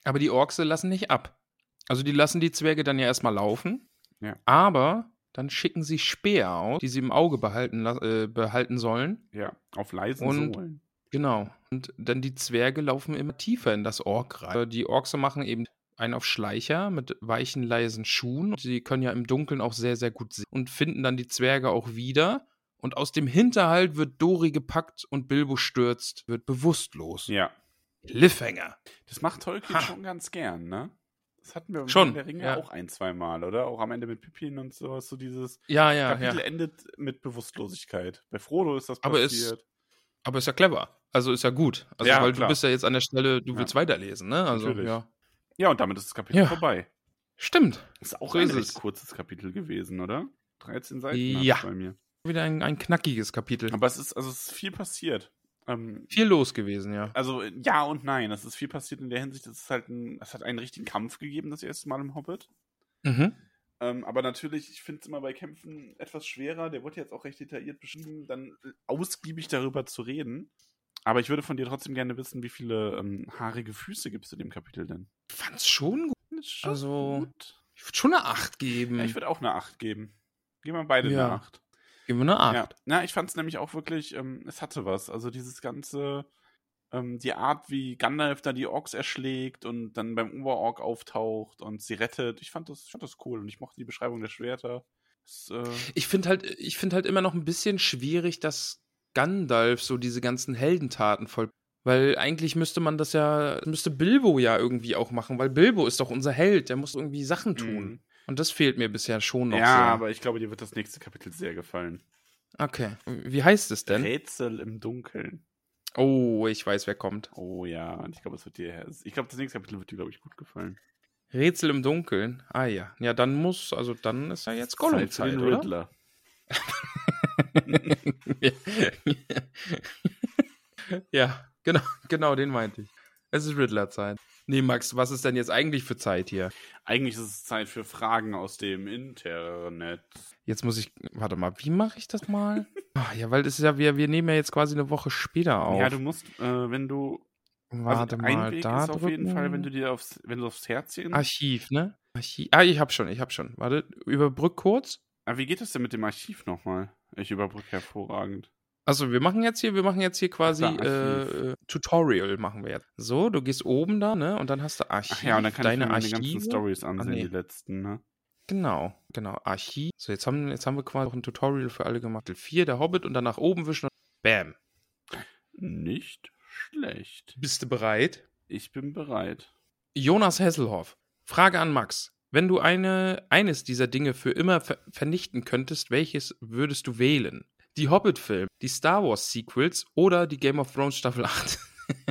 Aber die Orks lassen nicht ab. Also die lassen die Zwerge dann ja erstmal laufen. Ja. Aber dann schicken sie Speer aus, die sie im Auge behalten, äh, behalten sollen. Ja, auf leisen Und Sohlen. Genau. Und dann die Zwerge laufen immer tiefer in das Ork rein. Die Orks machen eben einen auf Schleicher mit weichen, leisen Schuhen. Sie können ja im Dunkeln auch sehr, sehr gut sehen. Und finden dann die Zwerge auch wieder. Und aus dem Hinterhalt wird Dori gepackt und Bilbo stürzt, wird bewusstlos. Ja. Cliffhanger. Das macht Tolkien Ha. schon ganz gern, ne? Das hatten wir Schon, in der Ringe ja. auch ein, zwei Mal, oder? Auch am Ende mit Pippin und sowas. So dieses Ja, ja, Kapitel ja. endet mit Bewusstlosigkeit. Bei Frodo ist das Aber es- passiert. Aber ist ja clever. Also ist ja gut. Also, Ja, weil klar. du bist ja jetzt an der Stelle, du Ja. willst weiterlesen, ne? Also, Natürlich. ja. Ja, und damit ist das Kapitel Ja. vorbei. Stimmt. Ist auch So ein ist recht es. kurzes Kapitel gewesen, oder? dreizehn Seiten Ja. hat's bei mir. Wieder ein, ein knackiges Kapitel. Aber es ist, also es ist viel passiert. Ähm, Viel los gewesen, ja. also ja und nein. Es ist viel passiert in der Hinsicht, es ist halt ein, es hat einen richtigen Kampf gegeben, das erste Mal im Hobbit. Mhm. Ähm, aber natürlich, ich finde es immer bei Kämpfen etwas schwerer. Der wurde jetzt auch recht detailliert beschrieben, dann ausgiebig darüber zu reden. Aber ich würde von dir trotzdem gerne wissen, wie viele ähm, haarige Füße gibt es in dem Kapitel denn? Ich fand's schon gut. Das ist schon Also, gut. ich würde schon eine acht geben. Ja, ich würde auch eine acht geben. Geben wir beide Ja. eine acht. Geben wir eine acht. Ja, ja, ich fand es nämlich auch wirklich, ähm, es hatte was. Also dieses ganze, ähm, die Art, wie Gandalf da die Orks erschlägt und dann beim Oberork auftaucht und sie rettet. Ich fand das, ich fand das cool und ich mochte die Beschreibung der Schwerter. Das, äh, Ich finde halt, ich finde halt immer noch ein bisschen schwierig, dass Gandalf so diese ganzen Heldentaten voll. Weil eigentlich müsste man das ja, müsste Bilbo ja irgendwie auch machen, weil Bilbo ist doch unser Held, der muss irgendwie Sachen tun. Mhm. Und das fehlt mir bisher schon noch ja, sehr. aber ich glaube, dir wird das nächste Kapitel sehr gefallen. Okay. Wie heißt es denn? Rätsel im Dunkeln. Oh, ich weiß, wer kommt. Oh ja, und ich glaube, es wird dir, ich glaube, das nächste Kapitel wird dir, glaube ich, gut gefallen. Rätsel im Dunkeln. Ah ja. Ja, dann muss, also dann ist ja jetzt Zeit für Gollum-Zeit, den oder? Riddler. Ja, genau, genau, den meinte ich. Es ist Riddler-Zeit. Nee, Max, was ist denn jetzt eigentlich für Zeit hier? Eigentlich ist es Zeit für Fragen aus dem Internet. Jetzt muss ich, warte mal, wie mache ich das mal? Ach, ja, weil das ist ja, wir, wir nehmen ja jetzt quasi eine Woche später auf. Ja, du musst, äh, wenn du Warte also mal, ein Weg da ist auf jeden drücken. Fall, wenn du dir aufs, wenn du aufs Herzchen. Archiv, ne? Archiv. Ah, ich hab schon, ich hab schon. Warte, überbrück kurz. Aber wie geht es denn mit dem Archiv nochmal? Ich überbrücke hervorragend. Also wir machen jetzt hier, wir machen jetzt hier quasi Ach da, Archiv. äh, Tutorial machen wir jetzt. So, du gehst oben da, ne? Und dann hast du Archiv. Ach ja, und dann kann deine ich mir meine Archive. ganzen Stories ansehen, nee. die letzten, ne? Genau, genau. Archiv. So, jetzt haben, jetzt haben wir quasi auch ein Tutorial für alle gemacht. vier, der Hobbit und dann nach oben wischen und bam. Nicht schlecht. Bist du bereit? Ich bin bereit. Jonas Hesselhoff. Frage an Max. Wenn du eine, eines dieser Dinge für immer ver vernichten könntest, welches würdest du wählen? Die Hobbit-Filme, die Star Wars-Sequels oder die Game of Thrones Staffel acht?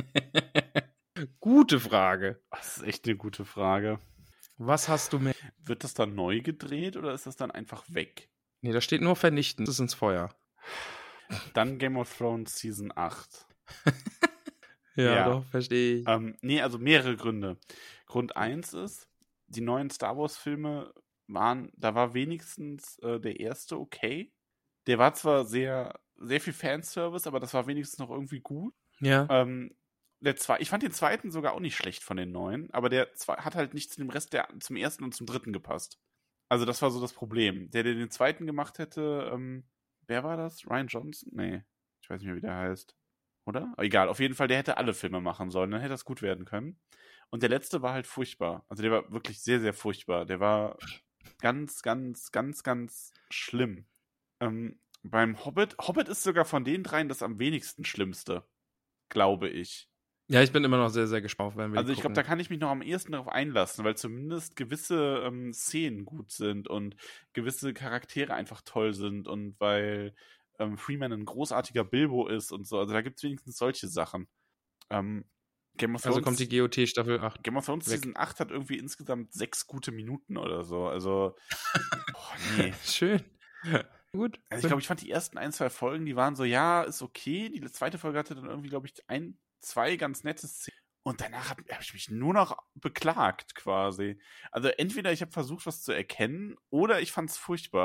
Gute Frage. Das ist echt eine gute Frage. Was hast du mehr? Wird das dann neu gedreht oder ist das dann einfach weg? Nee, da steht nur vernichten. Das ist ins Feuer. Dann Game of Thrones Season acht. Ja, Ja. doch, verstehe ich. Ähm, nee, also mehrere Gründe. Grund eins ist, die neuen Star Wars-Filme waren, da war wenigstens äh, der erste okay. Der war zwar sehr, sehr viel Fanservice, aber das war wenigstens noch irgendwie gut. Ja. Ähm, der zwei, ich fand den zweiten sogar auch nicht schlecht von den neuen, aber der zwei, hat halt nicht zu dem Rest, der zum ersten und zum dritten gepasst. Also das war so das Problem. Der, der den zweiten gemacht hätte, ähm, wer war das? Ryan Johnson? Nee, ich weiß nicht mehr, wie der heißt. Oder? Egal, auf jeden Fall, der hätte alle Filme machen sollen, dann hätte das gut werden können. Und der letzte war halt furchtbar. Also der war wirklich sehr, sehr furchtbar. Der war ganz, ganz, ganz, ganz schlimm. Ähm, beim Hobbit, Hobbit ist sogar von den dreien das am wenigsten Schlimmste, glaube ich. Ja, ich bin immer noch sehr, sehr gespannt, wenn wir Also die ich glaube, da gucken. kann ich mich noch am ehesten darauf einlassen, weil zumindest gewisse ähm, Szenen gut sind und gewisse Charaktere einfach toll sind und weil ähm, Freeman ein großartiger Bilbo ist und so. Also da gibt es wenigstens solche Sachen. Ähm, Game of Thrones, Also kommt die G O T Staffel acht. Game of Thrones weg. Season acht hat irgendwie insgesamt sechs gute Minuten oder so. Also, boah, nee. Schön. Gut. Also ich glaube, ich fand die ersten ein, zwei Folgen, die waren so, ja, ist okay. Die zweite Folge hatte dann irgendwie, glaube ich, ein, zwei ganz nette Szenen. Und danach habe hab ich mich nur noch beklagt, quasi. Also entweder ich habe versucht, was zu erkennen, oder ich fand es furchtbar.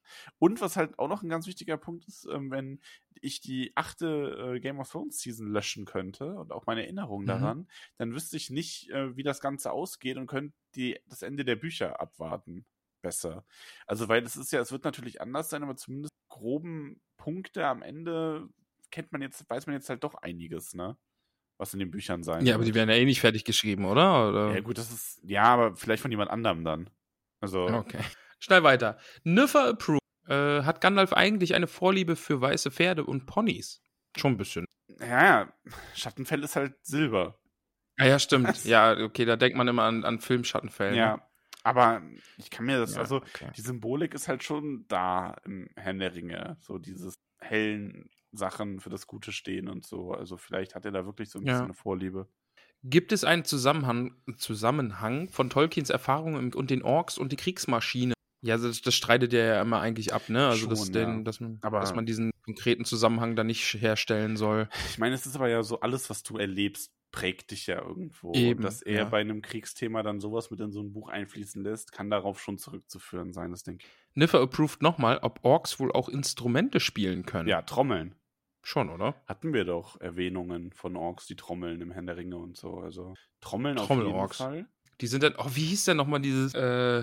Und was halt auch noch ein ganz wichtiger Punkt ist, ähm, wenn ich die achte äh, Game of Thrones Season löschen könnte und auch meine Erinnerung Mhm. daran, dann wüsste ich nicht, äh, wie das Ganze ausgeht und könnte die, das Ende der Bücher abwarten. Besser. Also, weil es ist ja, es wird natürlich anders sein, aber zumindest groben Punkte am Ende kennt man jetzt, weiß man jetzt halt doch einiges, ne? Was in den Büchern sein Ja, aber wird. die werden ja eh nicht fertig geschrieben, oder? oder? Ja, gut, das ist, ja, aber vielleicht von jemand anderem dann. Also, Okay. Schnell weiter. Niffer Approved. Äh, hat Gandalf eigentlich eine Vorliebe für weiße Pferde und Ponys? Schon ein bisschen. ja, ja, Schattenfell ist halt Silber. Ah ja, stimmt. Was? Ja, okay, da denkt man immer an, an Film Schattenfell. Ne? Ja, aber ich kann mir das, Ja, also okay. die Symbolik ist halt schon da im Herrn der Ringe. So dieses hellen Sachen für das Gute stehen und so. Also vielleicht hat er da wirklich so ein Ja. bisschen eine Vorliebe. Gibt es einen Zusammenhang, Zusammenhang von Tolkiens Erfahrungen im- und den Orks und die Kriegsmaschine? Ja, das, das streitet er ja immer eigentlich ab, ne? Also, dass, Schon, den, ja. dass, man, Aber- dass man diesen konkreten Zusammenhang da nicht herstellen soll. Ich meine, es ist aber ja so, alles, was du erlebst, prägt dich ja irgendwo. Eben, und dass er ja. bei einem Kriegsthema dann sowas mit in so ein Buch einfließen lässt, kann darauf schon zurückzuführen sein, das denke ich. Niffer approved nochmal, ob Orks wohl auch Instrumente spielen können. Ja, Trommeln. Schon, oder? Hatten wir doch Erwähnungen von Orks, die trommeln im Herrn der Ringe und so. Also Trommeln auf Trommelorks. jeden Fall. Die sind dann, oh, wie hieß denn nochmal dieses, äh, äh,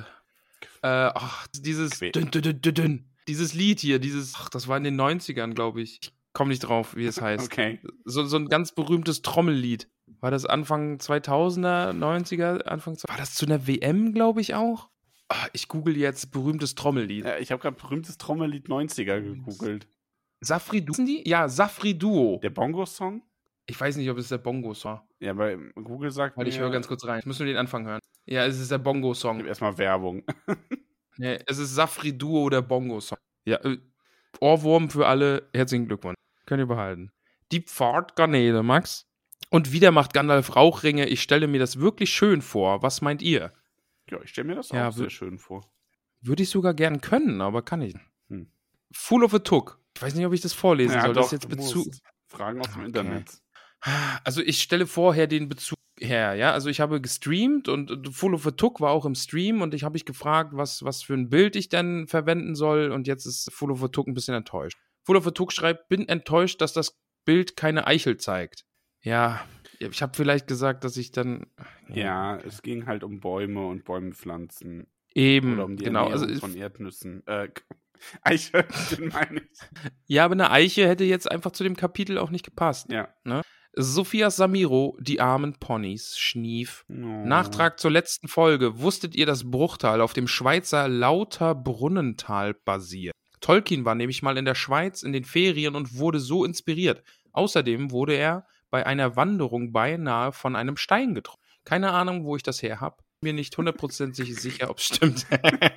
ach, dieses, Que- dünn, dünn, dünn, dünn, dünn. Dieses Lied hier, dieses, ach, das war in den neunzigern, glaube ich. Ich komme nicht drauf, wie es heißt. Okay. So, so ein ganz berühmtes Trommellied. War das Anfang zweitausender, neunziger, Anfang, war das zu einer W M, glaube ich auch? Ah, ich google jetzt berühmtes Trommellied. Ja, ich habe gerade berühmtes Trommellied neunziger gegoogelt. Safri Duo? Sind die? Ja, Safri Duo. Der Bongo-Song? Ich weiß nicht, ob es der Bongo-Song war. Ja, bei Google sagt Warte, ich mir- höre ganz kurz rein. Ich muss nur den Anfang hören. Ja, es ist der Ich Bongo-Song. gebe erstmal Werbung. Nee, es ist Safri Duo, der Bongo-Song. Ja, äh, Ohrwurm für alle. Herzlichen Glückwunsch. Könnt ihr behalten. Die Pfadgarnele, Max. Und wieder macht Gandalf Rauchringe. Ich stelle mir das wirklich schön vor. Was meint ihr? Ja, ich stelle mir das Ja, auch sehr wir- schön vor. Würde ich sogar gern können, aber kann ich. Hm. Full of a Took. Ich weiß nicht, ob ich das vorlesen soll. das ist jetzt du Bezug. musst. Fragen aus dem Okay. Internet. Also ich stelle vorher den Bezug her, ja. Also ich habe gestreamt und äh, Full of a Took war auch im Stream und ich habe mich gefragt, was, was für ein Bild ich denn verwenden soll und jetzt ist Full of a Took ein bisschen enttäuscht. Full of a Took schreibt, bin enttäuscht, dass das Bild keine Eichel zeigt. Ja, ich habe vielleicht gesagt, dass ich dann... Ja, es ging halt um Bäume und Bäume-Pflanzen. Eben, Oder um die genau. Ernährung Also, von Erdnüssen. Äh, Eichhörnchen meine ich. ja, aber eine Eiche hätte jetzt einfach zu dem Kapitel auch nicht gepasst. Ja. Sophia Samiro, die armen Ponys, schnief. Oh. Nachtrag zur letzten Folge. Wusstet ihr, dass Bruchtal auf dem Schweizer Lauterbrunnental basiert? Tolkien war nämlich mal in der Schweiz in den Ferien und wurde so inspiriert. Außerdem wurde er bei einer Wanderung beinahe von einem Stein getroffen. Keine Ahnung, wo ich das her habe. Mir nicht hundertprozentig sicher, ob es stimmt.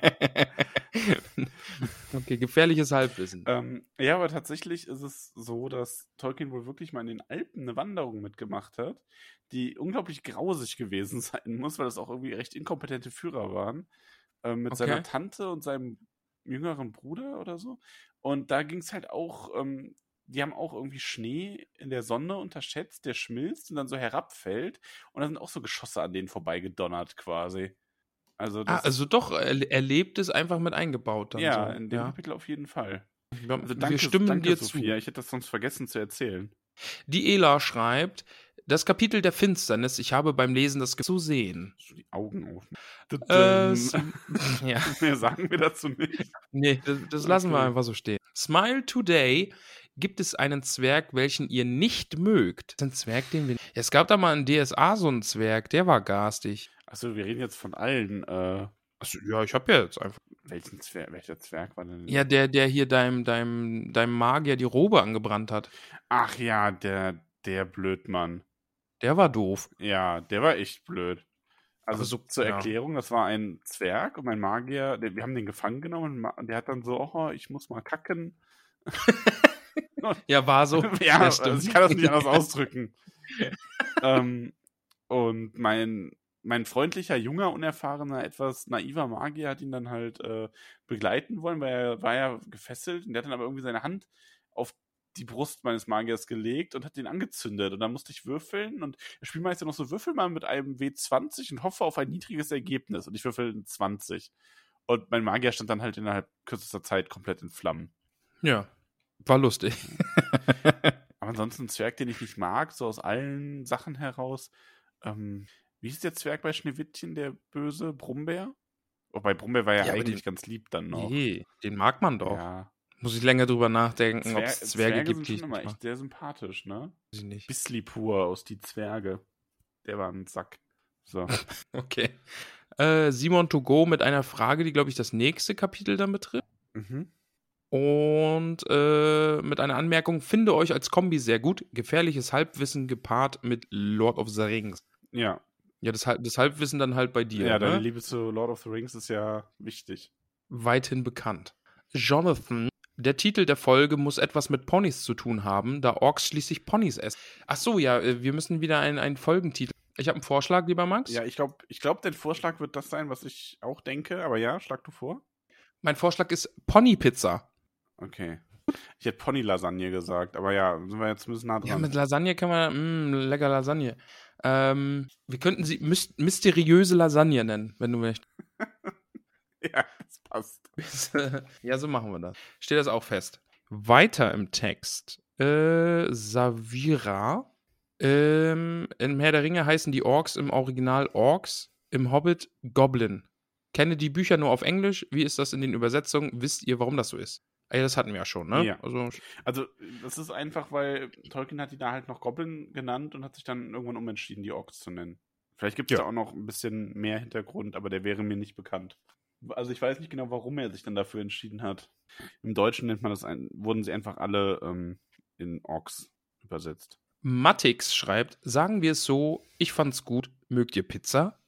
Okay, gefährliches Halbwissen. Ähm, ja, aber tatsächlich ist es so, dass Tolkien wohl wirklich mal in den Alpen eine Wanderung mitgemacht hat, die unglaublich grausig gewesen sein muss, weil das auch irgendwie recht inkompetente Führer waren. Ähm, mit Okay. seiner Tante und seinem jüngeren Bruder oder so. Und da ging es halt auch, ähm, die haben auch irgendwie Schnee in der Sonne unterschätzt, der schmilzt und dann so herabfällt. Und da sind auch so Geschosse an denen vorbeigedonnert quasi. Also, Ah, das, also doch, er, erlebt es einfach mit eingebaut dann ja, so. in dem ja. Kapitel auf jeden Fall. Wir, Also danke, wir stimmen danke dir Sophia. zu. Ich hätte das sonst vergessen zu erzählen. Die Ela schreibt, das Kapitel der Finsternis, ich habe beim Lesen das Ge- zu sehen. So die Augen auf. Äh, s- ja, Mehr sagen wir dazu nicht. nee, das, das lassen wir Okay. einfach so stehen. Smile Today, gibt es einen Zwerg, welchen ihr nicht mögt? Das ist ein Zwerg, den wir... Ja, es gab da mal in D S A so einen Zwerg, der war garstig. Achso, wir reden jetzt von allen. Äh, Achso, ja, ich hab ja jetzt einfach... welchen Zwerg, welcher Zwerg war denn? Ja, der, der hier deinem, deinem, deinem Magier die Robe angebrannt hat. Ach ja, der, der Blödmann. Der war doof. Ja, der war echt blöd. Also Aber so- zur ja. Erklärung, das war ein Zwerg und mein Magier, der, wir haben den gefangen genommen und Ma- und der hat dann so, oh, ich muss mal kacken. Ja, war so. ja, das also ich kann das nicht anders ausdrücken. ähm, und mein, mein freundlicher, junger, unerfahrener, etwas naiver Magier hat ihn dann halt äh, begleiten wollen, weil er war ja gefesselt und der hat dann aber irgendwie seine Hand auf die Brust meines Magiers gelegt und hat den angezündet. Und dann musste ich würfeln und der Spielmeister noch so, würfel mal mit einem W zwanzig und hoffe auf ein niedriges Ergebnis. Und ich würfel ein zwanzig. Und mein Magier stand dann halt innerhalb kürzester Zeit komplett in Flammen. Ja, war lustig. Aber ansonsten ein Zwerg, den ich nicht mag, so aus allen Sachen heraus. Ähm, wie hieß der Zwerg bei Schneewittchen, der böse Brummbär? Wobei Brummbär war ja, Ja, aber eigentlich den- ganz lieb dann noch. Nee, den mag man doch. Ja. Muss ich länger drüber nachdenken, ob Zwer es Zwerge Zwerge gibt, sind die ich schon immer nicht mag. echt sehr sympathisch, ne? Weiß ich nicht. Bissli pur aus die Zwerge. Der war ein Sack. So. Okay. Äh, Simon to go mit einer Frage, die, glaube ich, das nächste Kapitel dann betrifft. Mhm. Und äh, mit einer Anmerkung, finde euch als Kombi sehr gut. Gefährliches Halbwissen gepaart mit Lord of the Rings. Ja. Ja, das, Halb- das Halbwissen dann halt bei dir, Ja, deine ne? Liebe zu Lord of the Rings ist ja wichtig. Weithin bekannt. Jonathan, der Titel der Folge muss etwas mit Ponys zu tun haben, da Orks schließlich Ponys essen. Ach so, ja, äh, wir müssen wieder einen, einen Folgentitel. Ich habe einen Vorschlag, lieber Max. Ja, ich glaube, ich glaub, dein Vorschlag wird das sein, was ich auch denke. Aber ja, schlag du vor. Mein Vorschlag ist Ponypizza. Okay. Ich hätte Pony-Lasagne gesagt, aber ja, sind wir jetzt ein bisschen nah dran. Ja, mit Lasagne kann man, mh, lecker Lasagne. Ähm, wir könnten sie mys mysteriöse Lasagne nennen, wenn du möchtest. Ja, das passt. Ja, so machen wir das. Steht das auch fest. Weiter im Text. Äh, Savira. Ähm, Im Herr der Ringe heißen die Orks im Original Orks, im Hobbit Goblin. Kenne die Bücher nur auf Englisch. Wie ist das in den Übersetzungen? Wisst ihr, warum das so ist? Ah, ja, das hatten wir ja schon, ne? Ja. Also, Also, das ist einfach, weil Tolkien hat die da halt noch Goblin genannt und hat sich dann irgendwann umentschieden, die Orks zu nennen. Vielleicht gibt es Ja. da auch noch ein bisschen mehr Hintergrund, aber der wäre mir nicht bekannt. Also ich weiß nicht genau, warum er sich dann dafür entschieden hat. Im Deutschen nennt man das ein, wurden sie einfach alle ähm, in Orks übersetzt. Matix schreibt, sagen wir es so, ich fand's gut. Mögt ihr Pizza?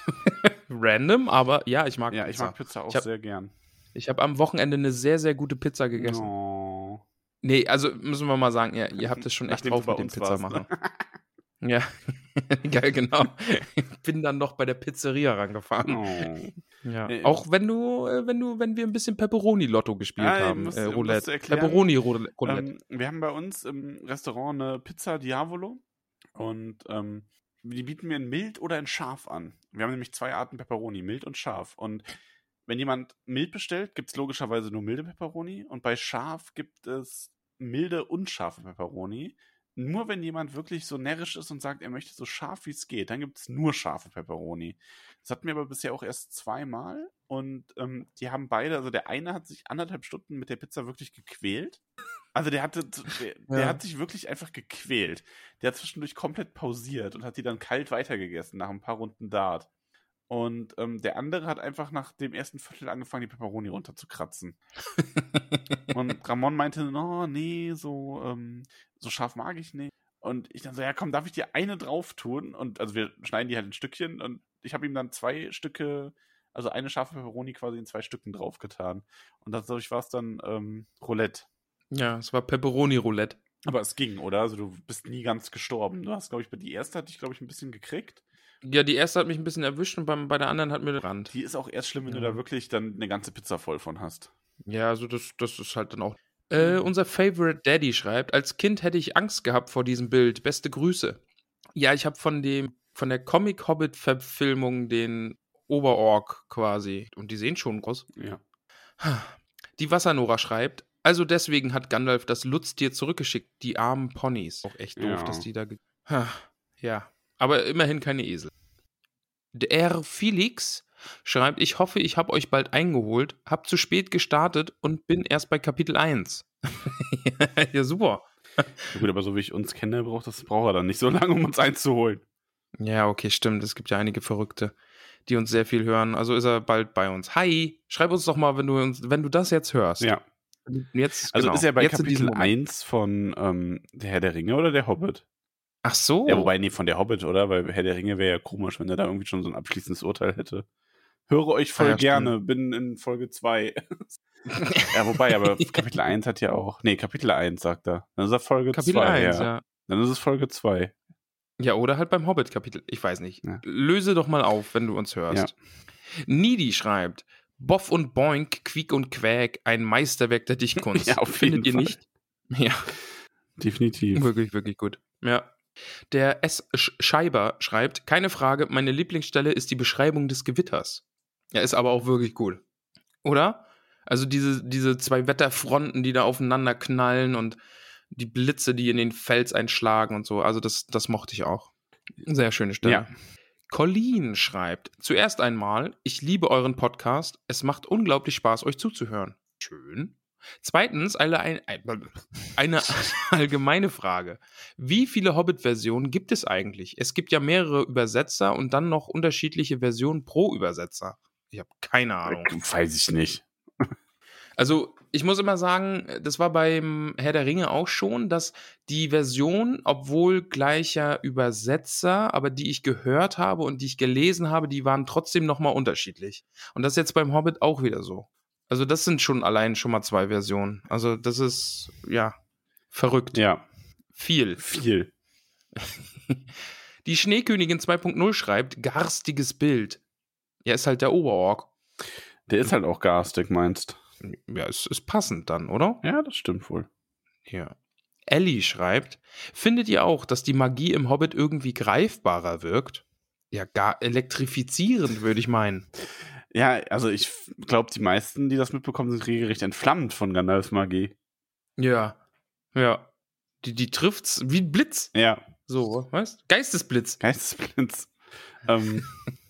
Random, aber ja, ich mag Ja, Pizza. ich mag Pizza auch Ich hab- sehr gern. Ich habe am Wochenende eine sehr, sehr gute Pizza gegessen. Oh. Nee, also müssen wir mal sagen, ja, ihr habt es schon echt Nachdem drauf du bei mit dem uns Pizza warst, machen. ne? Ja, geil, genau. Ich bin dann noch bei der Pizzeria rangefahren. Oh. Ja. Äh, Auch wenn du, äh, wenn du, wenn wir ein bisschen Pepperoni-Lotto gespielt Ja, haben, muss- äh, um das Roulette. zu erklären, Pepperoni-Roulette. Ähm, wir haben bei uns im Restaurant eine Pizza Diavolo und ähm, die bieten mir in mild oder in scharf an. Wir haben nämlich zwei Arten Pepperoni, mild und scharf. Und wenn jemand mild bestellt, gibt es logischerweise nur milde Pepperoni und bei scharf gibt es milde und scharfe Pepperoni. Nur wenn jemand wirklich so närrisch ist und sagt, er möchte so scharf wie es geht, dann gibt es nur scharfe Pepperoni. Das hatten wir aber bisher auch erst zweimal und ähm, die haben beide, also der eine hat sich anderthalb Stunden mit der Pizza wirklich gequält. Also der hatte, der, der Ja. hat sich wirklich einfach gequält. Der hat zwischendurch komplett pausiert und hat die dann kalt weitergegessen nach ein paar Runden Dart. Und ähm, der andere hat einfach nach dem ersten Viertel angefangen, die Pepperoni runterzukratzen. Und Ramon meinte, no, nee, so, ähm, so scharf mag ich nicht. Und ich dann so, ja komm, darf ich dir eine drauf tun? Und also wir schneiden die halt in Stückchen und ich habe ihm dann zwei Stücke, also eine scharfe Pepperoni quasi in zwei Stücken draufgetan. Und dadurch war es dann ähm, Roulette. Ja, es war Pepperoni-Roulette. Aber es ging, oder? Also du bist nie ganz gestorben. Du hast, glaube ich, die erste hatte ich, glaube ich, ein bisschen gekriegt. Ja, die erste hat mich ein bisschen erwischt und beim, bei der anderen hat mir gebrannt. Die ist auch erst schlimm, wenn Ja. du da wirklich dann eine ganze Pizza voll von hast. Ja, also das, das ist halt dann auch. Äh, unser Favorite Daddy schreibt, als Kind hätte ich Angst gehabt vor diesem Bild. Beste Grüße. Ja, ich habe von dem, von der Comic-Hobbit-Verfilmung den Oberork quasi. Und die sehen schon groß. Ja. Die Wassernora schreibt, also deswegen hat Gandalf das Lutztier zurückgeschickt, die armen Ponys. Auch echt doof, Ja. dass die da. ge- Ha, ja, aber immerhin keine Esel. Der Felix schreibt, ich hoffe, ich habe euch bald eingeholt, hab zu spät gestartet und bin erst bei Kapitel eins. Ja, super. Ja, gut, aber so wie ich uns kenne, braucht das braucht er dann nicht so lange, um uns einzuholen. Ja, okay, stimmt. Es gibt ja einige Verrückte, die uns sehr viel hören. Also ist er bald bei uns. Hi, schreib uns doch mal, wenn du uns, wenn du das jetzt hörst. Ja. Jetzt, Also genau, ist er bei jetzt in diesem Kapitel Moment. eins von ähm, Der Herr der Ringe oder der Hobbit? Ach so. Ja, wobei, nee, von der Hobbit, oder? Weil Herr der Ringe wäre ja komisch, wenn er da irgendwie schon so ein abschließendes Urteil hätte. Höre euch voll Ah, ja, gerne, bin in Folge zwei. Ja, wobei, aber Kapitel eins hat ja auch. Nee, Kapitel eins, sagt er. Dann ist er Folge Kapitel zwei. eins, ja. ja. Dann ist es Folge zwei. Ja, oder halt beim Hobbit-Kapitel. Ich weiß nicht. Ja. Löse doch mal auf, wenn du uns hörst. Needy schreibt, Boff und Boink, Quiek und Quäk, ein Meisterwerk der Dichtkunst. Ja, auf Findet jeden ihr Fall. nicht? Ja, Definitiv. wirklich, wirklich gut. Ja. Der S. Sch- Scheiber schreibt, keine Frage, meine Lieblingsstelle ist die Beschreibung des Gewitters. Ja, ist aber auch wirklich cool. Oder? Also diese, diese zwei Wetterfronten, die da aufeinander knallen und die Blitze, die in den Fels einschlagen und so. Also das, das mochte ich auch. Sehr schöne Stelle. Ja. Colleen schreibt, zuerst einmal, ich liebe euren Podcast. Es macht unglaublich Spaß, euch zuzuhören. Schön. Zweitens, eine, eine, eine allgemeine Frage. Wie viele Hobbit-Versionen gibt es eigentlich? Es gibt ja mehrere Übersetzer und dann noch unterschiedliche Versionen pro Übersetzer. Ich habe keine Ahnung. Weiß ich nicht. Also, ich muss immer sagen, das war beim Herr der Ringe auch schon, dass die Version, obwohl gleicher Übersetzer, aber die ich gehört habe und die ich gelesen habe, die waren trotzdem nochmal unterschiedlich. Und das ist jetzt beim Hobbit auch wieder so. Also, das sind schon allein schon mal zwei Versionen. Also, das ist, ja, verrückt. Ja. Viel. Viel. Die Schneekönigin zwei Punkt null schreibt, garstiges Bild. Ja, ist halt der Oberork. Der ist halt auch garstig, meinst. Ja, ist, ist passend dann, oder? Ja, das stimmt wohl. Ja. Ellie schreibt, findet ihr auch, dass die Magie im Hobbit irgendwie greifbarer wirkt? Ja, gar elektrifizierend, würde ich meinen. Ja, also ich glaube, die meisten, die das mitbekommen, sind regelrecht entflammt von Gandalfs Magie. Ja, ja. Die, die trifft's wie ein Blitz. Ja. So, weißt du? Geistesblitz. Geistesblitz. ähm,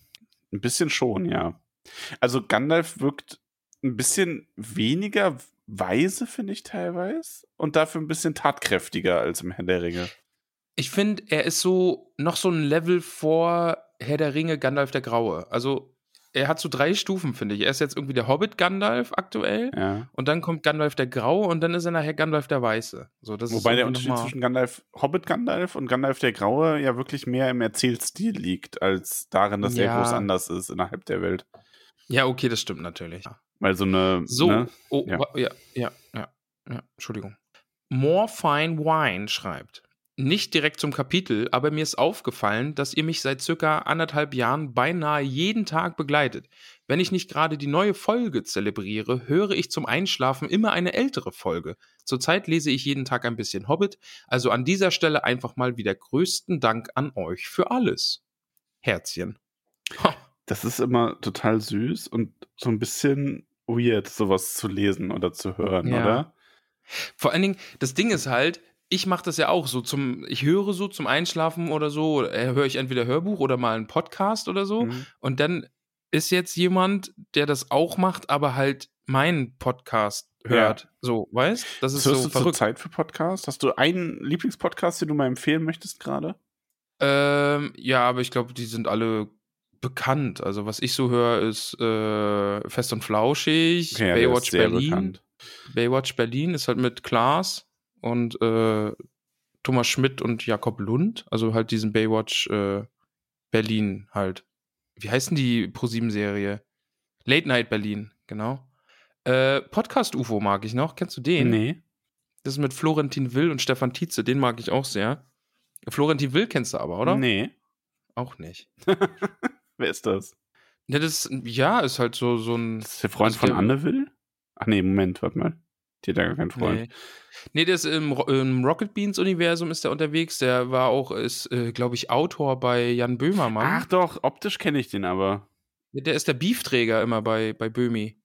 ein bisschen schon, ja. Also Gandalf wirkt ein bisschen weniger weise, finde ich teilweise. Und dafür ein bisschen tatkräftiger als im Herr der Ringe. Ich finde, er ist so noch so ein Level vor Herr der Ringe, Gandalf der Graue. Also er hat so drei Stufen, finde ich. Er ist jetzt irgendwie der Hobbit Gandalf aktuell. Ja. Und dann kommt Gandalf der Graue und dann ist er nachher Gandalf der Weiße. So, das Wobei ist der Unterschied zwischen Gandalf, Hobbit Gandalf und Gandalf der Graue ja wirklich mehr im Erzählstil liegt, als darin, dass Ja. er groß anders ist innerhalb der Welt. Ja, okay, das stimmt natürlich. Weil so eine. So, Ne? oh, Ja. wa- ja, ja, ja, ja, Entschuldigung. More Fine Wine schreibt, nicht direkt zum Kapitel, aber mir ist aufgefallen, dass ihr mich seit circa anderthalb Jahren beinahe jeden Tag begleitet. Wenn ich nicht gerade die neue Folge zelebriere, höre ich zum Einschlafen immer eine ältere Folge. Zurzeit lese ich jeden Tag ein bisschen Hobbit, also an dieser Stelle einfach mal wieder größten Dank an euch für alles. Herzchen. Ha. Das ist immer total süß und so ein bisschen weird, sowas zu lesen oder zu hören, Ja. oder? Vor allen Dingen, das Ding ist halt, ich mache das ja auch so zum, ich höre so zum Einschlafen oder so, äh, höre ich entweder Hörbuch oder mal einen Podcast oder so. Mhm. Und dann ist jetzt jemand, der das auch macht, aber halt meinen Podcast hört. So, weißt? Das ist Was hörst so du zur verrückt. Zeit für Podcasts? Hast du einen Lieblingspodcast, den du mal empfehlen möchtest gerade? Ähm, ja, aber ich glaube, die sind alle bekannt. Also was ich so höre, ist äh, Fest und Flauschig, Okay, ja, der Baywatch ist sehr Berlin. bekannt. Baywatch Berlin ist halt mit Klaas und äh, Thomas Schmidt und Jakob Lund. Also halt diesen Baywatch äh, Berlin halt. Wie heißt denn die ProSieben-Serie? Late Night Berlin, genau. Äh, Podcast U F O mag ich noch. Kennst du den? Nee. Das ist mit Florentin Will und Stefan Tietze. Den mag ich auch sehr. Florentin Will kennst du aber, oder? Nee. Auch nicht. Wer ist das? Ja, das ja, ist halt so, so ein. Das ist der Freund Also von der- Anne Will? Ach nee, Moment, warte mal. Die hat ja gar keinen Freund. Nee. Nee, der ist im, Ro- im Rocket Beans Universum ist der unterwegs. Der war auch, ist, äh, glaube ich, Autor bei Jan Böhmermann. Ach doch, optisch kenne ich den aber. Der ist der Beefträger immer bei, bei Böhmi.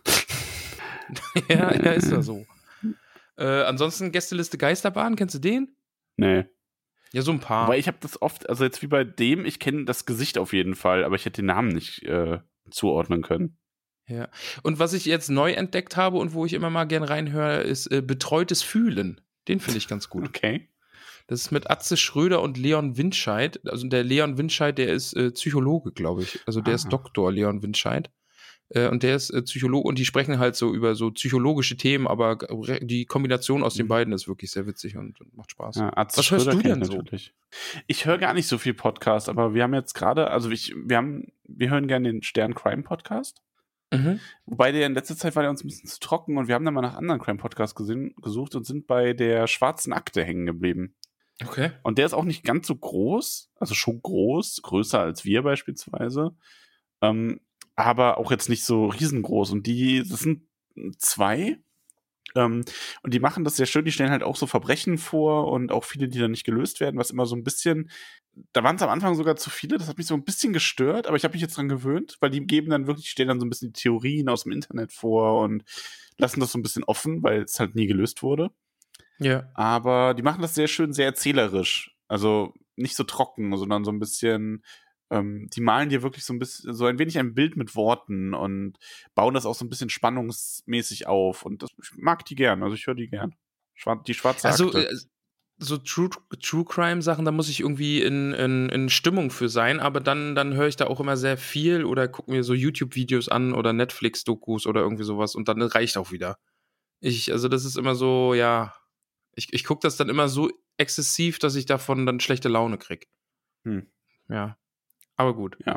ja, ja, ist ja so. Äh, ansonsten Gästeliste Geisterbahn, kennst du den? Nee. Ja, so ein paar. Aber ich habe das oft, also jetzt wie bei dem, ich kenne das Gesicht auf jeden Fall, aber ich hätte den Namen nicht äh, zuordnen können. Ja. Und was ich jetzt neu entdeckt habe und wo ich immer mal gern reinhöre, ist äh, Betreutes Fühlen. Den finde ich ganz gut. Okay. Das ist mit Atze Schröder und Leon Windscheid. Also der Leon Windscheid, der ist äh, Psychologe, glaube ich. Also der Ah. ist Doktor Leon Windscheid. Äh, und der ist äh, Psychologe und die sprechen halt so über so psychologische Themen, aber re- die Kombination aus den Mhm. beiden ist wirklich sehr witzig und, und macht Spaß. Ja, Atze Was hörst Schröder du kenn denn ich so? natürlich. Ich höre gar nicht so viel Podcast, aber wir haben jetzt gerade, also ich, wir haben, wir hören gerne den Stern Crime Podcast. Mhm. Wobei der in letzter Zeit war der uns ein bisschen zu trocken und wir haben dann mal nach anderen Crime Podcasts gesehen, gesucht und sind bei der Schwarzen Akte hängen geblieben. Okay. Und der ist auch nicht ganz so groß, also schon groß, größer als wir beispielsweise, ähm, aber auch jetzt nicht so riesengroß. Und die, das sind zwei Ähm, und die machen das sehr schön, die stellen halt auch so Verbrechen vor und auch viele, die dann nicht gelöst werden, was immer so ein bisschen, da waren es am Anfang sogar zu viele, das hat mich so ein bisschen gestört, aber ich habe mich jetzt dran gewöhnt, weil die geben dann wirklich, stellen dann so ein bisschen die Theorien aus dem Internet vor und lassen das so ein bisschen offen, weil es halt nie gelöst wurde. Ja. Aber die machen das sehr schön, sehr erzählerisch. Also nicht so trocken, sondern so ein bisschen, ähm, die malen dir wirklich so ein bisschen, so ein wenig ein Bild mit Worten und bauen das auch so ein bisschen spannungsmäßig auf. Und das, ich mag die gern, also ich höre die gern. Schwa- Die schwarze Also, Akte. äh, so True, True Crime Sachen, da muss ich irgendwie in, in, in Stimmung für sein, aber dann, dann höre ich da auch immer sehr viel oder gucke mir so YouTube-Videos an oder Netflix-Dokus oder irgendwie sowas und dann reicht auch wieder. Ich, also das ist immer so, ja, ich, ich gucke das dann immer so exzessiv, dass ich davon dann schlechte Laune kriege. Hm. Ja, aber gut. Ja.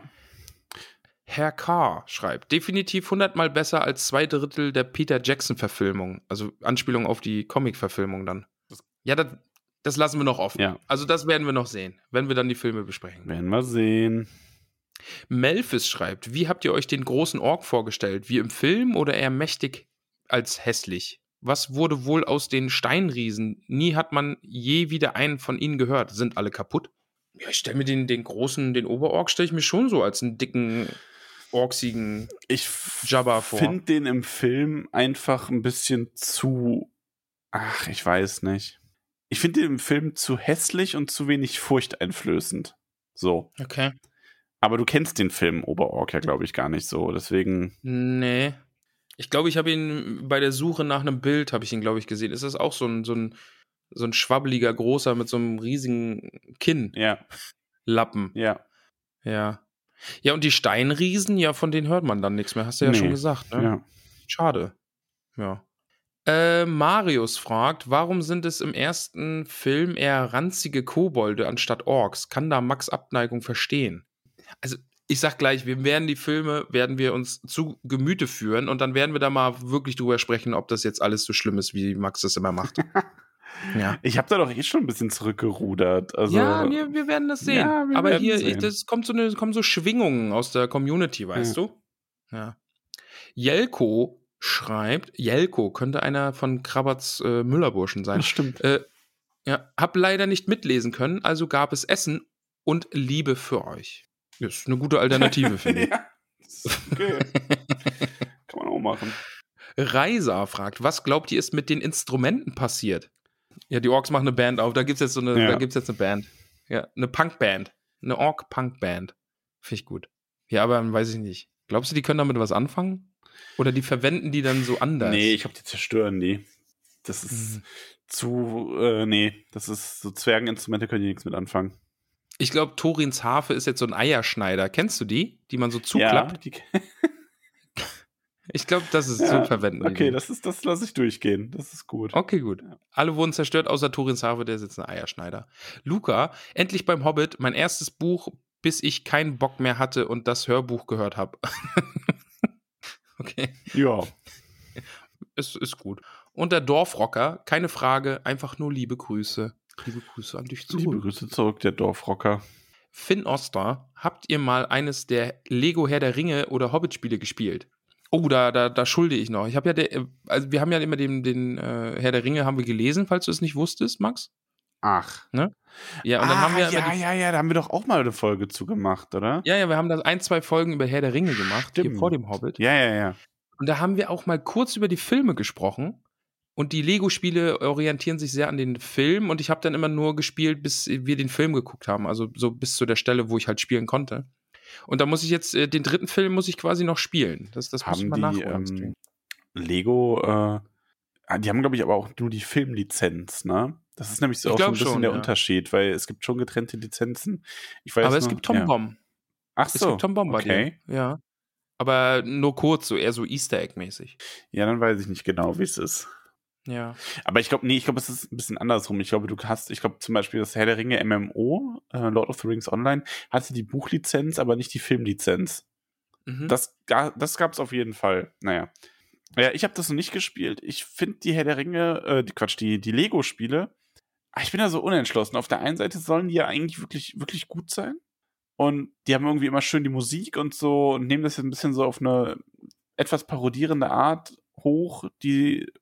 Herr K. schreibt, definitiv hundertmal besser als zwei Drittel der Peter Jackson-Verfilmung. Also Anspielung auf die Comic-Verfilmung dann. Ja, das, das lassen wir noch offen. Ja. Also das werden wir noch sehen, wenn wir dann die Filme besprechen. Werden wir sehen. Melfis schreibt, wie habt ihr euch den großen Ork vorgestellt? Wie im Film oder eher mächtig als hässlich? Was wurde wohl aus den Steinriesen? Nie hat man je wieder einen von ihnen gehört. Sind alle kaputt? Ja, ich stelle mir den, den großen, den Oberork stelle ich mir schon so als einen dicken, orksigen Ich Jabba vor. finde den im Film einfach ein bisschen zu, ach, ich weiß nicht. Ich finde den im Film zu hässlich und zu wenig furchteinflößend. So. Okay. Aber du kennst den Film Oberork ja, glaube ich, gar nicht so. Deswegen. Nee. Ich glaube, ich habe ihn bei der Suche nach einem Bild, habe ich ihn, glaube ich, gesehen. Ist das auch so ein, so ein, so ein schwabbeliger Großer mit so einem riesigen Kinnlappen? Ja. Ja. Ja. Ja, und die Steinriesen, ja, von denen hört man dann nichts mehr, hast du ja Nee. schon gesagt, ne? Ja. Schade. Ja. Äh, Marius fragt, warum sind es im ersten Film eher ranzige Kobolde anstatt Orks? Kann da Max Abneigung verstehen? Also, ich sag gleich, wir werden die Filme, werden wir uns zu Gemüte führen und dann werden wir da mal wirklich drüber sprechen, ob das jetzt alles so schlimm ist, wie Max das immer macht. Ja. Ich habe da doch eh schon ein bisschen zurückgerudert. Also, ja, wir, wir werden das sehen. Ja, wir Aber werden hier, sehen. das kommt so eine, kommen so Schwingungen aus der Community, weißt Ja. du? Ja. Jelko schreibt, Jelko könnte einer von Krabbats äh, Müllerburschen sein. Das stimmt. Äh, ja, hab leider nicht mitlesen können, also gab es Essen und Liebe für euch. Das ist eine gute Alternative, finde ich. Ja, das ist okay. Kann man auch machen. Reiser fragt, was glaubt ihr ist mit den Instrumenten passiert? Ja, die Orks machen eine Band auf, da gibt's jetzt so eine, Ja. da gibt's jetzt eine Band. Ja, eine Punkband. Eine Ork-Punk-Band. Finde ich gut. Ja, aber weiß ich nicht. Glaubst du, die können damit was anfangen? Oder die verwenden die dann so anders? Nee, ich glaube, die zerstören die. Das ist Mhm. zu, äh, nee, das ist so Zwergeninstrumente, können die nichts mit anfangen. Ich glaube, Torins Harfe ist jetzt so ein Eierschneider. Kennst du die? Die man so zuklappt? Ja, die, Ich glaube, das ist ja, so verwenden. die okay, die. das ist, das lasse ich durchgehen. Das ist gut. Okay, gut. Ja. Alle wurden zerstört, außer Torins Harfe, der ist jetzt ein Eierschneider. Luca, endlich beim Hobbit, mein erstes Buch, bis ich keinen Bock mehr hatte und das Hörbuch gehört habe. Okay, Ja, es ist gut. Und der Dorfrocker, keine Frage, einfach nur liebe Grüße. Liebe Grüße an dich liebe zurück. Grüße zurück, der Dorfrocker. Finn Oster, habt ihr mal eines der Lego Herr der Ringe oder Hobbit-Spiele gespielt? Oh, da, da, da schulde ich noch. Ich habe ja, der, also wir haben ja immer den, den äh, Herr der Ringe haben wir gelesen, falls du es nicht wusstest, Max. Ach. Ne? Ja, und dann ah, haben wir ja, immer die, ja, ja, da haben wir doch auch mal eine Folge zu gemacht, oder? ja, ja, wir haben da ein, zwei Folgen über Herr der Ringe gemacht, Stimmt. hier vor dem Hobbit. Ja, ja, ja. Und da haben wir auch mal kurz über die Filme gesprochen. Und die Lego-Spiele orientieren sich sehr an den Film. Und ich habe dann immer nur gespielt, bis wir den Film geguckt haben. Also so bis zu der Stelle, wo ich halt spielen konnte. Und da muss ich jetzt, äh, den dritten Film muss ich quasi noch spielen. Das, das muss ich Haben mal die nachholen. im Stream. ähm, Lego, äh, die haben, glaube ich, aber auch nur die Filmlizenz, ne? Das ist nämlich so Ich auch so ein glaub bisschen schon, der ja. Unterschied, weil es gibt schon getrennte Lizenzen. Ich weiß Aber es nur, gibt Tom ja. Bomb. Ach Es so, gibt Tom Bomb bei okay. dir. Ja. Aber nur kurz, so eher so Easter Egg-mäßig. Ja, dann weiß ich nicht genau, wie es ist. Ja. Aber ich glaube, nee, ich glaube, es ist ein bisschen andersrum. Ich glaube, du hast, ich glaube zum Beispiel das Herr der Ringe M M O, äh, Lord of the Rings Online, hatte die Buchlizenz, aber nicht die Filmlizenz. Mhm. Das, ga- das gab es auf jeden Fall. Naja. Ja, ich habe das noch nicht gespielt. Ich finde die Herr der Ringe, äh, die, Quatsch, die, die Lego-Spiele, ah, ich bin da so unentschlossen. Auf der einen Seite sollen die ja eigentlich wirklich, wirklich gut sein. Und die haben irgendwie immer schön die Musik und so und nehmen das jetzt ein bisschen so auf eine etwas parodierende Art hoch, die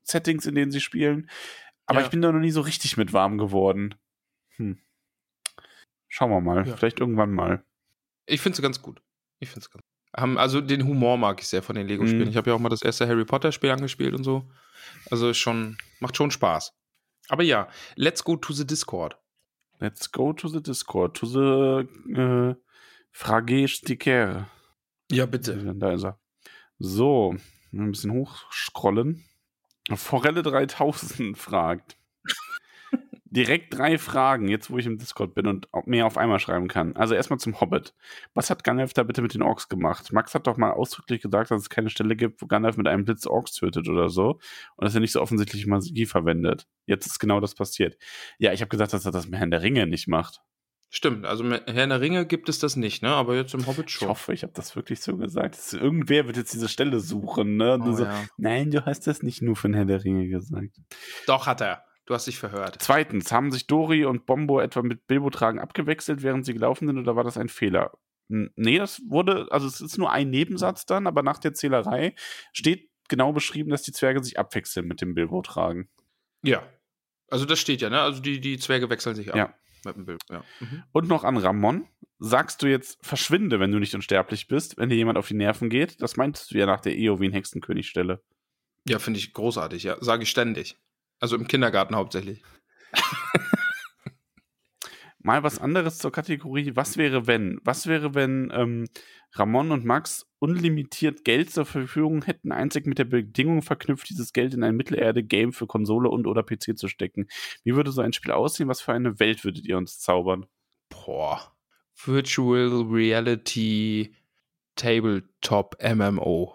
Settings, in denen sie spielen. Aber Ja. ich bin da noch nie so richtig mit warm geworden. Hm. Schauen wir mal. Ja. Vielleicht irgendwann mal. Ich finde es ganz gut. Ich finde es ganz gut. Um, also den Humor mag ich sehr von den Lego-Spielen. Mhm. Ich habe ja auch mal das erste Harry Potter-Spiel angespielt und so. Also ist schon, macht schon Spaß. Aber ja, let's go to the Discord. Let's go to the Discord. To the äh, Frage Sticker. Ja, bitte. Da ist er. So, ein bisschen hochscrollen. Forelle dreitausend fragt. Direkt drei Fragen, jetzt wo ich im Discord bin und auch mehr auf einmal schreiben kann. Also erstmal zum Hobbit. Was hat Gandalf da bitte mit den Orks gemacht? Max hat doch mal ausdrücklich gesagt, dass es keine Stelle gibt, wo Gandalf mit einem Blitz Orks tötet oder so. Und dass er nicht so offensichtlich Magie verwendet. Jetzt ist genau das passiert. Ja, ich habe gesagt, dass er das mit Herrn der Ringe nicht macht. Stimmt, also mit Herrn der Ringe gibt es das nicht, ne? Aber jetzt im Hobbit schon. Ich hoffe, ich habe das wirklich so gesagt. Das, irgendwer wird jetzt diese Stelle suchen, ne? Oh, so, ja. Nein, du hast das nicht nur von Herrn der Ringe gesagt. Doch, hat er. Du hast dich verhört. Zweitens, haben sich Dori und Bombo etwa mit Bilbo-Tragen abgewechselt, während sie gelaufen sind, oder war das ein Fehler? N- Nee, das wurde, also es ist nur ein Nebensatz dann, aber nach der Zählerei steht genau beschrieben, dass die Zwerge sich abwechseln mit dem Bilbo-Tragen. Ja. Also das steht ja, ne? Also die, die Zwerge wechseln sich ab. Ja. Mit dem Bild, ja. Mhm. Und noch an Ramon. Sagst du jetzt, verschwinde, wenn du nicht unsterblich bist, wenn dir jemand auf die Nerven geht? Das meintest du ja nach der Eowyn-Hexenkönigstelle. Ja, finde ich großartig, ja. Sage ich ständig. Also im Kindergarten hauptsächlich. Mal was anderes zur Kategorie, was wäre wenn? Was wäre, wenn ähm, Ramon und Max unlimitiert Geld zur Verfügung hätten, einzig mit der Bedingung verknüpft, dieses Geld in ein Mittelerde-Game für Konsole und oder P C zu stecken? Wie würde so ein Spiel aussehen? Was für eine Welt würdet ihr uns zaubern? Boah. Virtual Reality Tabletop M M O.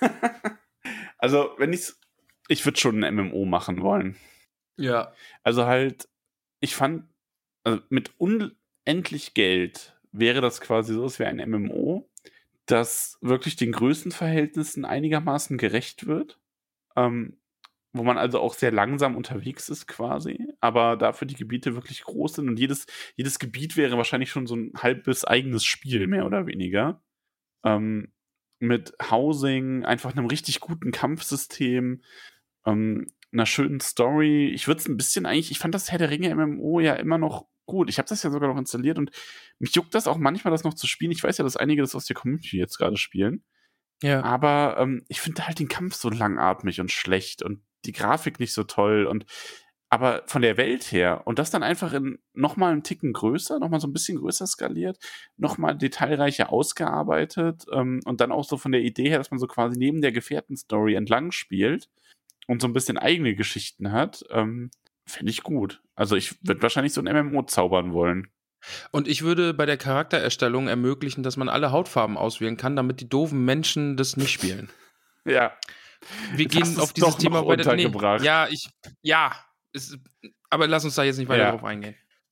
Also, wenn ich's, ich würde schon ein M M O machen wollen. Ja. Also halt, ich fand, also mit unendlich Geld wäre das quasi so, es wäre ein M M O, das wirklich den Größenverhältnissen einigermaßen gerecht wird, ähm, wo man also auch sehr langsam unterwegs ist quasi, aber dafür die Gebiete wirklich groß sind und jedes, jedes Gebiet wäre wahrscheinlich schon so ein halbes eigenes Spiel, mehr oder weniger. Ähm, mit Housing, einfach einem richtig guten Kampfsystem, ähm, einer schönen Story. Ich würde es ein bisschen eigentlich, ich fand das Herr der Ringe M M O ja immer noch gut. Ich habe das ja sogar noch installiert und mich juckt das auch manchmal, das noch zu spielen. Ich weiß ja, dass einige das aus der Community jetzt gerade spielen. Ja. Aber ähm, ich finde halt den Kampf so langatmig und schlecht und die Grafik nicht so toll und aber von der Welt her und das dann einfach in nochmal einen Ticken größer, nochmal so ein bisschen größer skaliert, nochmal detailreicher ausgearbeitet ähm, und dann auch so von der Idee her, dass man so quasi neben der Gefährten-Story entlang spielt und so ein bisschen eigene Geschichten hat, ähm, finde ich gut. Also ich würde wahrscheinlich so ein M M O zaubern wollen. Und ich würde bei der Charaktererstellung ermöglichen, dass man alle Hautfarben auswählen kann, damit die doofen Menschen das nicht spielen. Ja. Wir Jetzt gehen hast du's auf dieses doch Thema noch bei der. Nee, untergebracht. ja, ich. Ja. Es, aber lass uns da jetzt nicht weiter Ja. drauf eingehen.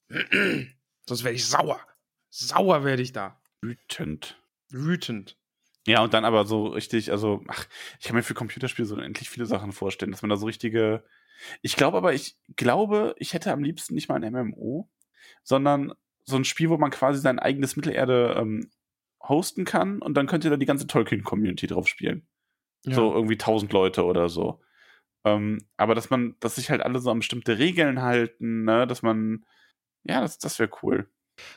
Sonst werde ich sauer. Sauer werde ich da. Wütend. Wütend. Ja, und dann aber so richtig, also, ach, ich kann mir für Computerspiele so unendlich viele Sachen vorstellen, dass man da so richtige. Ich glaube aber, ich glaube, ich hätte am liebsten nicht mal ein M M O, sondern so ein Spiel, wo man quasi sein eigenes Mittelerde ähm, hosten kann und dann könnt ihr da die ganze Tolkien-Community drauf spielen. Ja. So irgendwie tausend Leute oder so. Ähm, aber dass man, dass sich halt alle so an bestimmte Regeln halten, ne, dass man, ja, das, das wäre cool.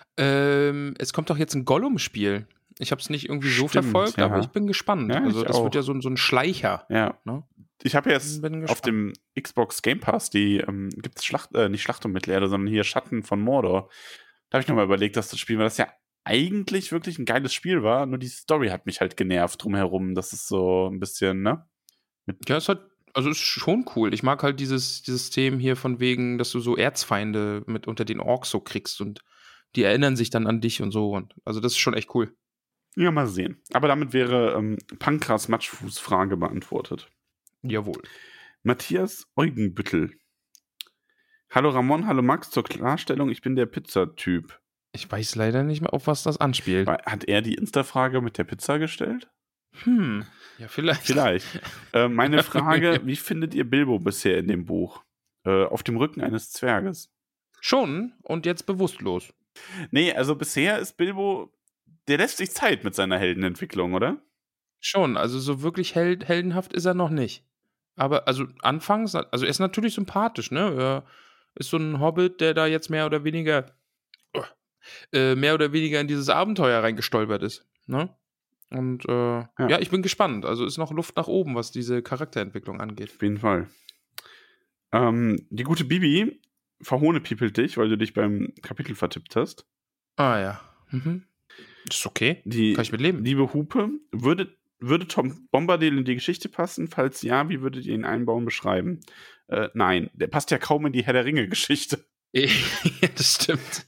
Ähm, es kommt doch jetzt ein Gollum-Spiel. Ich habe es nicht irgendwie so Stimmt, verfolgt, ja. aber ich bin gespannt. Ja, also ich das auch. wird ja so, so ein Schleicher. Ja. Ne? Ich habe jetzt Bin auf gespannt. dem Xbox Game Pass, die ähm, gibt es Schlacht, äh, nicht Schlacht um Mittelerde, sondern hier Schatten von Mordor. Da habe ich nochmal überlegt, das zu spielen, weil das ja eigentlich wirklich ein geiles Spiel war, nur die Story hat mich halt genervt drumherum. Das ist so ein bisschen, ne? Ja, es hat, also ist schon cool. Ich mag halt dieses, dieses System hier von wegen, dass du so Erzfeinde mit unter den Orks so kriegst und die erinnern sich dann an dich und so. Und also das ist schon echt cool. Ja, mal sehen. Aber damit wäre ähm, Pankras Matschfuß-Frage beantwortet. Jawohl. Matthias Eugenbüttel. Hallo Ramon, hallo Max. Zur Klarstellung, ich bin der Pizzatyp. Ich weiß leider nicht mehr, auf was das anspielt. Hat er die Insta-Frage mit der Pizza gestellt? Hm, ja, vielleicht. Vielleicht. äh, meine Frage, wie findet ihr Bilbo bisher in dem Buch? Äh, auf dem Rücken eines Zwerges. Schon und jetzt bewusstlos. Nee, also bisher ist Bilbo, der lässt sich Zeit mit seiner Heldenentwicklung, oder? Schon, also so wirklich held, heldenhaft ist er noch nicht. Aber also anfangs, also er ist natürlich sympathisch, ne? Er ist so ein Hobbit, der da jetzt mehr oder weniger äh, mehr oder weniger in dieses Abenteuer reingestolpert ist, ne? Und äh, ja. ja, ich bin gespannt. Also ist noch Luft nach oben, was diese Charakterentwicklung angeht. Auf jeden Fall. Ähm, die gute Bibi verhohnepiepelt dich, weil du dich beim Kapitel vertippt hast. Ah ja. Mhm. Ist okay. Die Kann ich mit leben. liebe Hupe, würde, würde Tom Bombadil in die Geschichte passen? Falls ja, wie würdet ihr ihn einbauen, beschreiben? Äh, nein, der passt ja kaum in die Herr der Ringe-Geschichte. Ja, das stimmt.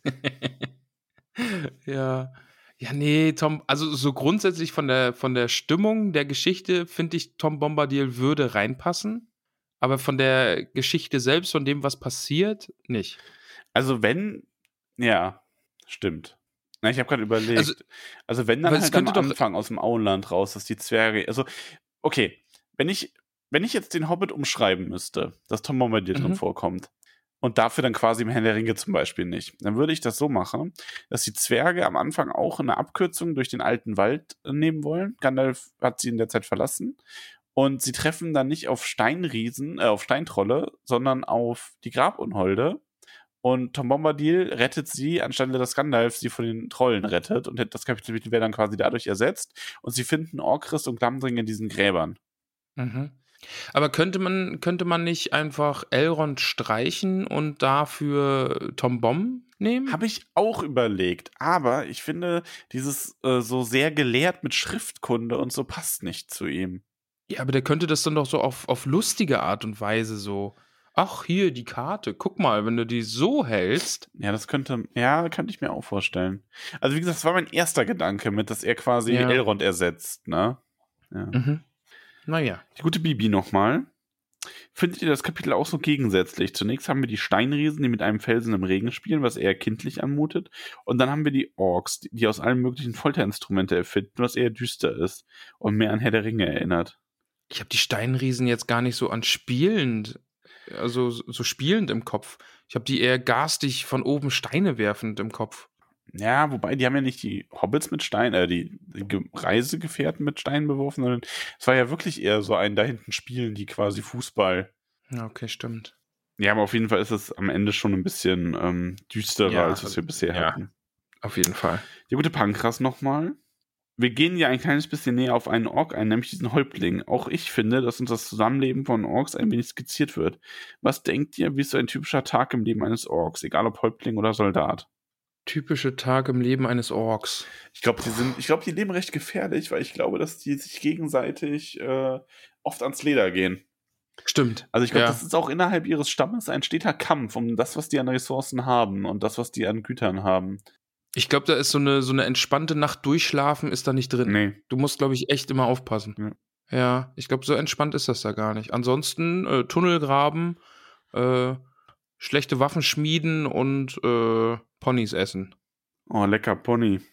ja. Ja, nee, Tom, also so grundsätzlich von der, von der Stimmung der Geschichte finde ich, Tom Bombadil würde reinpassen. Aber von der Geschichte selbst, von dem, was passiert, nicht. Also wenn, ja, stimmt. Na, ich habe gerade überlegt. Also, also wenn dann halt am Anfang aus dem Auenland raus, dass die Zwerge, also okay, wenn ich, wenn ich jetzt den Hobbit umschreiben müsste, dass Tom Bombadil mhm. drin vorkommt und dafür dann quasi im Herrn der Ringe zum Beispiel nicht, dann würde ich das so machen, dass die Zwerge am Anfang auch eine Abkürzung durch den alten Wald nehmen wollen. Gandalf hat sie in der Zeit verlassen. Und sie treffen dann nicht auf Steinriesen, äh, auf Steintrolle, sondern auf die Grabunholde. Und Tom Bombadil rettet sie, anstelle dass Gandalf sie von den Trollen rettet. Und das Kapitel wäre dann quasi dadurch ersetzt. Und sie finden Orchrist und Glamdring in diesen Gräbern. Mhm. Aber könnte man, könnte man nicht einfach Elrond streichen und dafür Tom Bomb nehmen? Habe ich auch überlegt. Aber ich finde, dieses äh, so sehr gelehrt mit Schriftkunde und so passt nicht zu ihm. Ja, aber der könnte das dann doch so auf, auf lustige Art und Weise so, ach, hier, die Karte, guck mal, wenn du die so hältst. Ja, das könnte, ja, könnte ich mir auch vorstellen. Also wie gesagt, das war mein erster Gedanke mit, dass er quasi ja. Elrond ersetzt, ne? Ja. Mhm. Naja. Die gute Bibi nochmal. Findet ihr das Kapitel auch so gegensätzlich? Zunächst haben wir die Steinriesen, die mit einem Felsen im Regen spielen, was eher kindlich anmutet. Und dann haben wir die Orks, die aus allen möglichen Folterinstrumente erfinden, was eher düster ist und mehr an Herr der Ringe erinnert. Ich habe die Steinriesen jetzt gar nicht so an spielend, also so spielend im Kopf. Ich habe die eher garstig von oben Steine werfend im Kopf. Ja, wobei, die haben ja nicht die Hobbits mit Steinen, äh, die, die Reisegefährten mit Steinen beworfen, sondern es war ja wirklich eher so ein da hinten spielen, die quasi Fußball. Ja, okay, stimmt. Ja, aber auf jeden Fall ist es am Ende schon ein bisschen ähm, düsterer, ja, als was wir bisher ja, hatten. Auf jeden Fall. Die gute Pankras nochmal. Wir gehen ja ein kleines bisschen näher auf einen Ork ein, nämlich diesen Häuptling. Auch ich finde, dass uns das Zusammenleben von Orks ein wenig skizziert wird. Was denkt ihr, wie ist so ein typischer Tag im Leben eines Orks, egal ob Häuptling oder Soldat? Typische Tag im Leben eines Orks. Ich glaube, die sind, ich glaube, die leben recht gefährlich, weil ich glaube, dass die sich gegenseitig äh, oft ans Leder gehen. Stimmt. Also ich glaube, ja. das ist auch innerhalb ihres Stammes ein steter Kampf um das, was die an Ressourcen haben und das, was die an Gütern haben. Ich glaube, da ist so eine, so eine entspannte Nacht durchschlafen ist da nicht drin. Nee. Du musst, glaube ich, echt immer aufpassen. Ja, ja ich glaube, so entspannt ist das da gar nicht. Ansonsten äh, Tunnel graben, äh, schlechte Waffen schmieden und äh, Ponys essen. Oh, lecker Pony.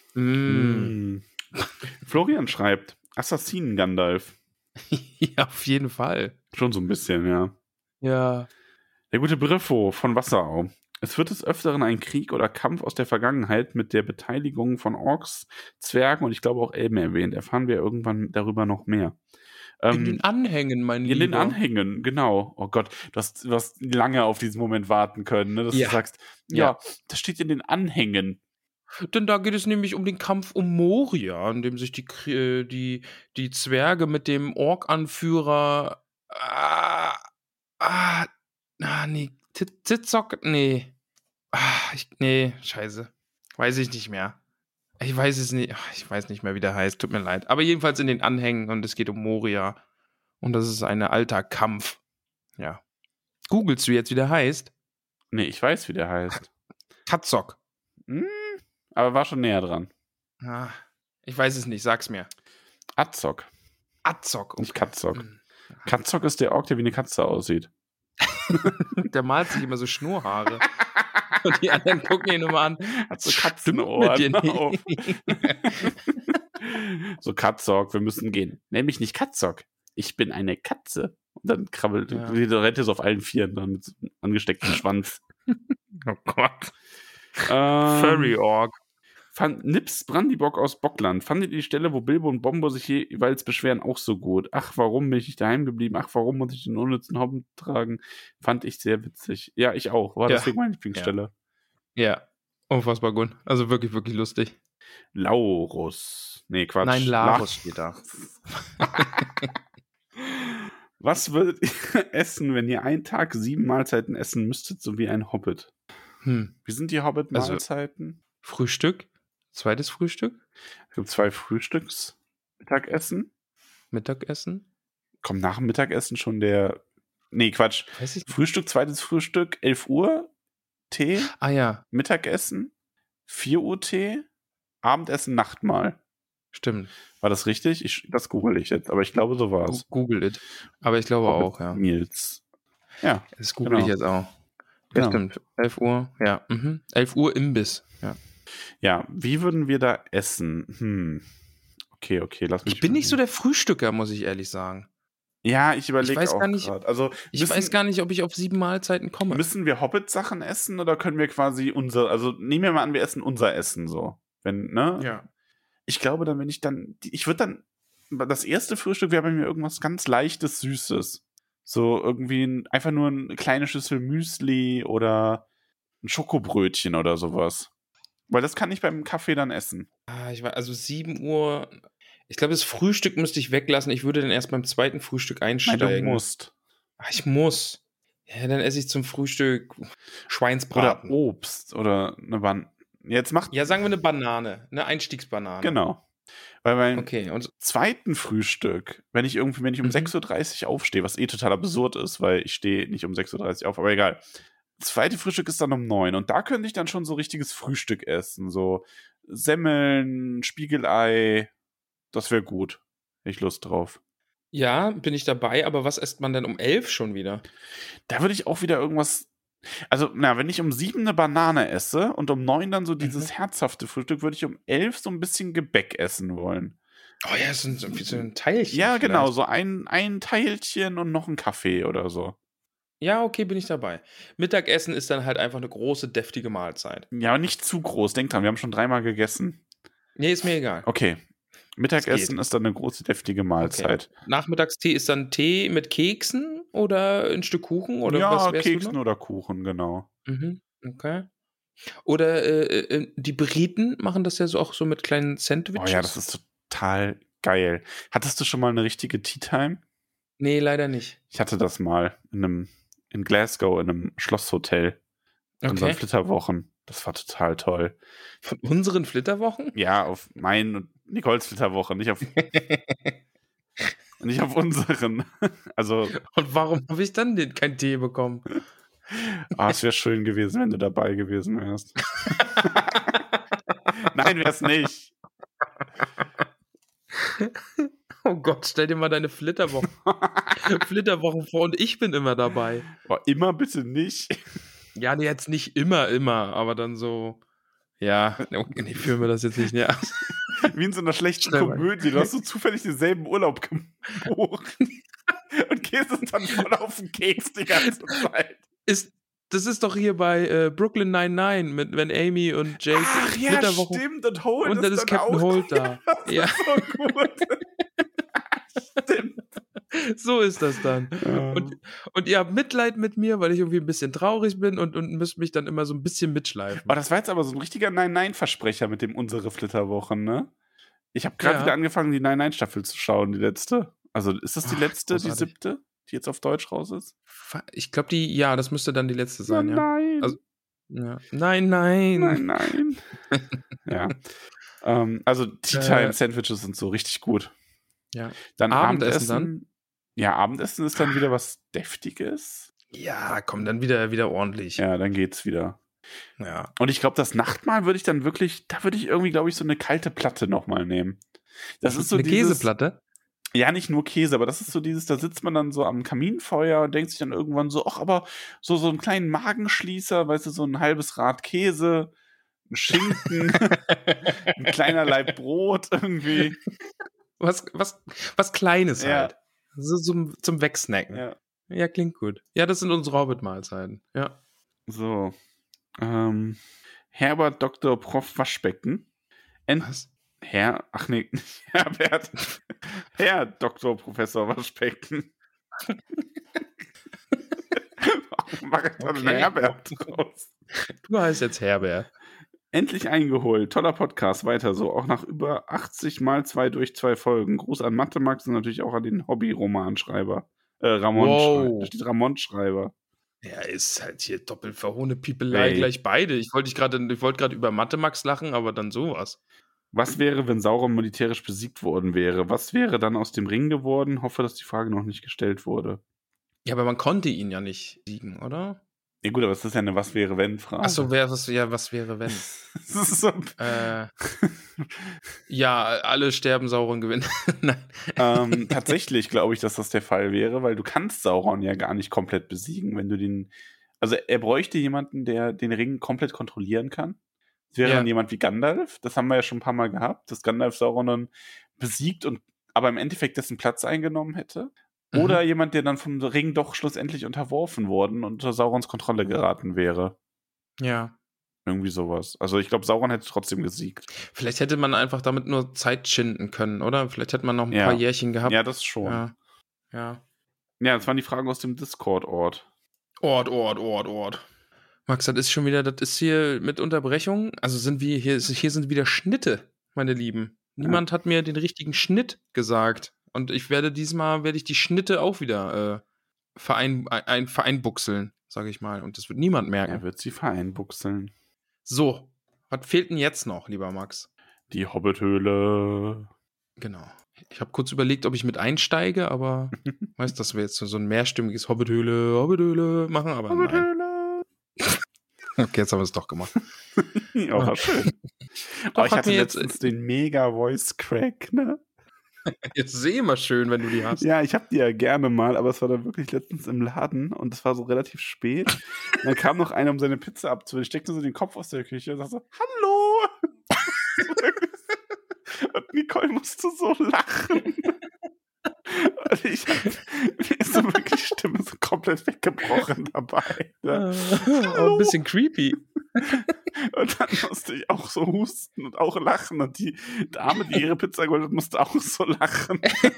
Mm. Mm. Florian schreibt, Assassinen Gandalf. Ja, auf jeden Fall. Schon so ein bisschen, ja. Ja. Der gute Briffo von Wasserau. Es wird des Öfteren ein Krieg oder Kampf aus der Vergangenheit mit der Beteiligung von Orks, Zwergen und ich glaube auch Elben erwähnt. Erfahren wir irgendwann darüber noch mehr. In ähm, den Anhängen, mein Lieber. In den Anhängen, genau. Oh Gott, du hast, du hast lange auf diesen Moment warten können, ne? Dass ja. du sagst, ja, ja, das steht in den Anhängen. Denn da geht es nämlich um den Kampf um Moria, in dem sich die, die, die Zwerge mit dem Ork-Anführer ah, ah, ah, nee, Titzok, nee. Ah, ich, nee, scheiße. Weiß ich nicht mehr. Ich weiß es nicht, ich weiß nicht mehr, wie der heißt, tut mir leid. Aber jedenfalls in den Anhängen und es geht um Moria. Und das ist ein alter Kampf. Ja. Googlest du jetzt, wie der heißt? Nee, ich weiß, wie der heißt. Katzok. Hm, aber war schon näher dran. Ah, ich weiß es nicht, sag's mir. Azog. Azog. Okay. Nicht Katzok. Hm. Katzok ist der Ork, der wie eine Katze aussieht. Der malt sich immer so Schnurrhaare. Und die anderen gucken ihn immer an. Hat so Katzenohren. So, Katzok, wir müssen gehen. Nenn mich nicht Katzok. Ich bin eine Katze. Und dann krabbelt, ja. rennt er so auf allen Vieren dann mit so angestecktem Schwanz. Oh Gott. Ähm, Furry Ork. Fand Nips Brandybock aus Bockland. Fandet ihr die Stelle, wo Bilbo und Bombo sich jeweils beschweren, auch so gut? Ach, warum bin ich nicht daheim geblieben? Ach, warum muss ich den unnützen Hobbit tragen? Fand ich sehr witzig. Ja, ich auch. War Ja. deswegen meine Lieblingsstelle. Ja, unfassbar gut. Also wirklich, wirklich lustig. Laurus. Nee, Quatsch. Nein, Larus steht da. Was würdet ihr essen, wenn ihr einen Tag sieben Mahlzeiten essen müsstet, so wie ein Hobbit? Hm. Wie sind die Hobbit-Mahlzeiten? Frühstück, zweites Frühstück, Es gibt zwei Frühstücks, Mittagessen. Mittagessen. Kommt nach dem Mittagessen schon der. Nee, Quatsch. Weiß ich nicht. Frühstück, zweites Frühstück, elf Uhr, Tee, Ah ja, Mittagessen, vier Uhr Tee, Abendessen, Nachtmahl. stimmt. War das richtig? Ich, das google ich jetzt, aber ich glaube, so war Gu- es. Google it. Aber ich glaube auch, ja. Nils. Ja, Das google Genau. ich jetzt auch. Genau. Ja, stimmt. elf Uhr, ja. Mhm. elf Uhr Imbiss. Ja. ja, wie würden wir da essen? Hm. Okay, okay, lass mich. Ich bin nicht so überlegen. der Frühstücker, muss ich ehrlich sagen. Ja, ich überlege weiß auch gar nicht- grad. Also, Ich müssen, weiß gar nicht, ob ich auf sieben Mahlzeiten komme. müssen wir Hobbit-Sachen essen oder können wir quasi unser, also nehmen wir mal an, wir essen unser Essen so. Wenn, ne? Ja. Ich glaube dann, wenn ich dann, ich würde dann, das erste Frühstück wäre bei mir irgendwas ganz Leichtes, Süßes. So irgendwie ein, einfach nur eine kleine Schüssel Müsli oder ein Schokobrötchen oder sowas. Weil das kann ich beim Kaffee dann essen. Ah, ich war, also sieben Uhr. Ich glaube, das Frühstück müsste ich weglassen. Ich würde dann erst beim zweiten Frühstück Nein, einsteigen. du musst. Ah, ich muss. Ja, dann esse ich zum Frühstück Oder Schweinsbraten. Obst oder eine Ban. Jetzt macht. Ja, sagen wir eine Banane. Eine Einstiegsbanane. Genau. Weil beim Okay, und zweiten Frühstück, wenn ich irgendwie, wenn ich um Mhm. sechs Uhr dreißig aufstehe, was eh total absurd ist, weil ich stehe nicht um sechs Uhr dreißig auf, aber egal. Das zweite Frühstück ist dann um neun und da könnte ich dann schon so richtiges Frühstück essen. So Semmeln, Spiegelei, das wäre gut. Hätte ich Lust drauf. ja, bin ich dabei, aber was isst man denn um elf schon wieder? Da würde ich auch wieder irgendwas. Also, na, wenn ich um sieben eine Banane esse und um neun dann so dieses Mhm. herzhafte Frühstück, würde ich um elf so ein bisschen Gebäck essen wollen. Oh ja, so ein, so ein- wie so ein Teilchen. Ja, vielleicht. genau, so ein, ein Teilchen und noch ein Kaffee oder so. Ja, okay, bin ich dabei. Mittagessen ist dann halt einfach eine große, deftige Mahlzeit. Ja, aber nicht zu groß. Denk dran, wir haben schon dreimal gegessen. Nee, ist mir egal. Okay. Mittagessen geht. ist dann eine große, deftige Mahlzeit. Nachmittagstee ist dann Tee mit Keksen oder ein Stück Kuchen oder ja, was wärst Keksen du oder Kuchen, genau. noch? Mhm, okay. Oder äh, äh, die Briten machen das ja so auch so mit kleinen Oh Sandwiches. ja, das ist total geil. Hattest du schon mal eine richtige Tea Time? Nee, leider nicht. Ich hatte das mal in einem in Glasgow in einem Schlosshotel. In unseren Okay. Flitterwochen. Das war total toll. Von unseren Flitterwochen? Ja, auf meinen und Nicoles Flitterwoche, nicht auf, nicht auf unseren. Also, Und warum habe ich dann den, kein Tee bekommen? ah, es wäre schön gewesen, wenn du dabei gewesen wärst. Nein, wär's nicht. Oh Gott, stell dir mal deine Flitterwochen, Flitterwochen vor und ich bin immer dabei. Boah, immer bitte nicht. Ja, nee, jetzt nicht immer, immer, aber dann so, ja, okay, nee, führen wir das jetzt nicht näher. Wie in so einer schlechten Schnell mal. Komödie. Du hast so zufällig denselben Urlaub gebucht. Und gehst uns dann voll auf den Keks die ganze Zeit. Ist, das ist doch hier bei äh, Brooklyn Nine-Nine, mit, wenn Amy und Jake Ach ja, Flitterwochen stimmt. Und Holt und dann ist Captain auch. Holt da. Ja, So gut. Stimmt. so ist das dann. Ja. Und, und ihr habt Mitleid mit mir, weil ich irgendwie ein bisschen traurig bin und, und müsst mich dann immer so ein bisschen mitschleifen. Oh, das war jetzt aber so ein richtiger Nein-Nein-Versprecher mit dem unsere Flitterwochen, ne? Ich habe gerade Ja. wieder angefangen, die Nein-Nein-Staffel zu schauen, die letzte. Also ist das die Ach, letzte, die großartig. siebte, die jetzt auf Deutsch raus ist? Ich glaube, die, ja, das müsste dann die letzte sein, ja. nein. Also- Ja. Nein, nein. nein, nein. ja. Ähm, also Tea Time Sandwiches sind so richtig gut. Ja. Dann Abendessen Abendessen. Ja, Abendessen ist dann wieder was Deftiges. Ja, komm, dann wieder, wieder ordentlich. Ja, dann geht's wieder. Ja. Und ich glaube, das Nachtmahl würde ich dann wirklich, da würde ich irgendwie, glaube ich, so eine kalte Platte nochmal nehmen. Das ist so eine dieses, Käseplatte? Ja, nicht nur Käse, aber das ist so dieses, da sitzt man dann so am Kaminfeuer und denkt sich dann irgendwann so, ach, aber so, so einen kleinen Magenschließer, weißt du, so ein halbes Rad Käse, ein Schinken, ein kleiner Laib Brot irgendwie. Was, was, was Kleines Ja. halt. So zum, zum Wegsnacken. Ja. Ja. klingt gut. Ja, das sind unsere Hobbit-Mahlzeiten. Ja. So. Ähm, Herbert Doktor Prof Waschbecken. Ent- Was? Herr, ach nee, Herbert. Herr Doktor Professor Waschbecken. Warum mache ich da Okay. einen Herbert draus? Du heißt jetzt Herbert. Endlich eingeholt. Toller Podcast. Weiter so. Auch nach über achtzig mal zwei durch zwei Folgen. Gruß an Mathe Max und natürlich auch an den Hobby-Romanschreiber. Äh, Ramon. Wow. Schrei- Da steht Ramon-Schreiber. Ja, ist halt hier doppelt verhohne Piepelei Ey. gleich beide. Ich wollte gerade ich wollte gerade über Mathe Max lachen, aber dann sowas. Was wäre, wenn Sauron militärisch besiegt worden wäre? Was wäre dann aus dem Ring geworden? Hoffe, dass die Frage noch nicht gestellt wurde. Ja, aber man konnte ihn ja nicht siegen, oder? Ja gut, aber es ist ja eine Was-wäre-wenn-Frage. Achso, wer was ja, was wäre wenn? Das ist so, äh, ja, alle sterben, Sauron gewinnen. Nein. ähm, tatsächlich glaube ich, dass das der Fall wäre, weil du kannst Sauron ja gar nicht komplett besiegen, wenn du den... Also er bräuchte jemanden, der den Ring komplett kontrollieren kann. Es wäre Ja. dann jemand wie Gandalf, das haben wir ja schon ein paar Mal gehabt, dass Gandalf Sauron dann besiegt und aber im Endeffekt dessen Platz eingenommen hätte. Oder Mhm. jemand, der dann vom Ring doch schlussendlich unterworfen worden und unter Saurons Kontrolle geraten wäre. Ja. Irgendwie sowas. Also ich glaube, Sauron hätte trotzdem gesiegt. Vielleicht hätte man einfach damit nur Zeit schinden können, oder? Vielleicht hätte man noch ein Ja. paar Jährchen gehabt. Ja, das schon. Ja. Ja. Ja. ja, das waren die Fragen aus dem Discord-Ort. Ort, Ort, Ort, Ort. Max, das ist schon wieder, das ist hier mit Unterbrechung. Also sind wir, hier, hier sind wieder Schnitte, meine Lieben. Niemand ja. hat mir den richtigen Schnitt gesagt. Und ich werde diesmal, werde ich die Schnitte auch wieder äh, verein, ein, vereinbuchseln, sage ich mal. Und das wird niemand merken. Er wird sie vereinbuchseln. So, was fehlt denn jetzt noch, lieber Max? Die Hobbithöhle. Genau. Ich habe kurz überlegt, ob ich mit einsteige, aber weißt du, dass wir jetzt so ein mehrstimmiges Hobbithöhle, Hobbithöhle machen, aber Hobbithöhle. Nein. Okay, jetzt haben wir es doch gemacht. Ja, war schön. Doch, oh, ich hat hatte mir jetzt- letztens den Mega-Voice-Crack, ne? Jetzt sehe immer schön, wenn du die hast. Ja, ich hab die ja gerne mal, aber es war dann wirklich letztens im Laden und es war so relativ spät. Und dann kam noch einer, um seine Pizza abzuholen. Ich steckte so den Kopf aus der Küche und sagte so, hallo! Und Nicole musste so lachen. Und ich hab, mir ist so wirklich die Stimme so komplett weggebrochen dabei. Ne? Auch ein bisschen creepy. Und dann musste ich auch so husten und auch lachen. Und die Dame, die ihre Pizza geholt hat, musste auch so lachen.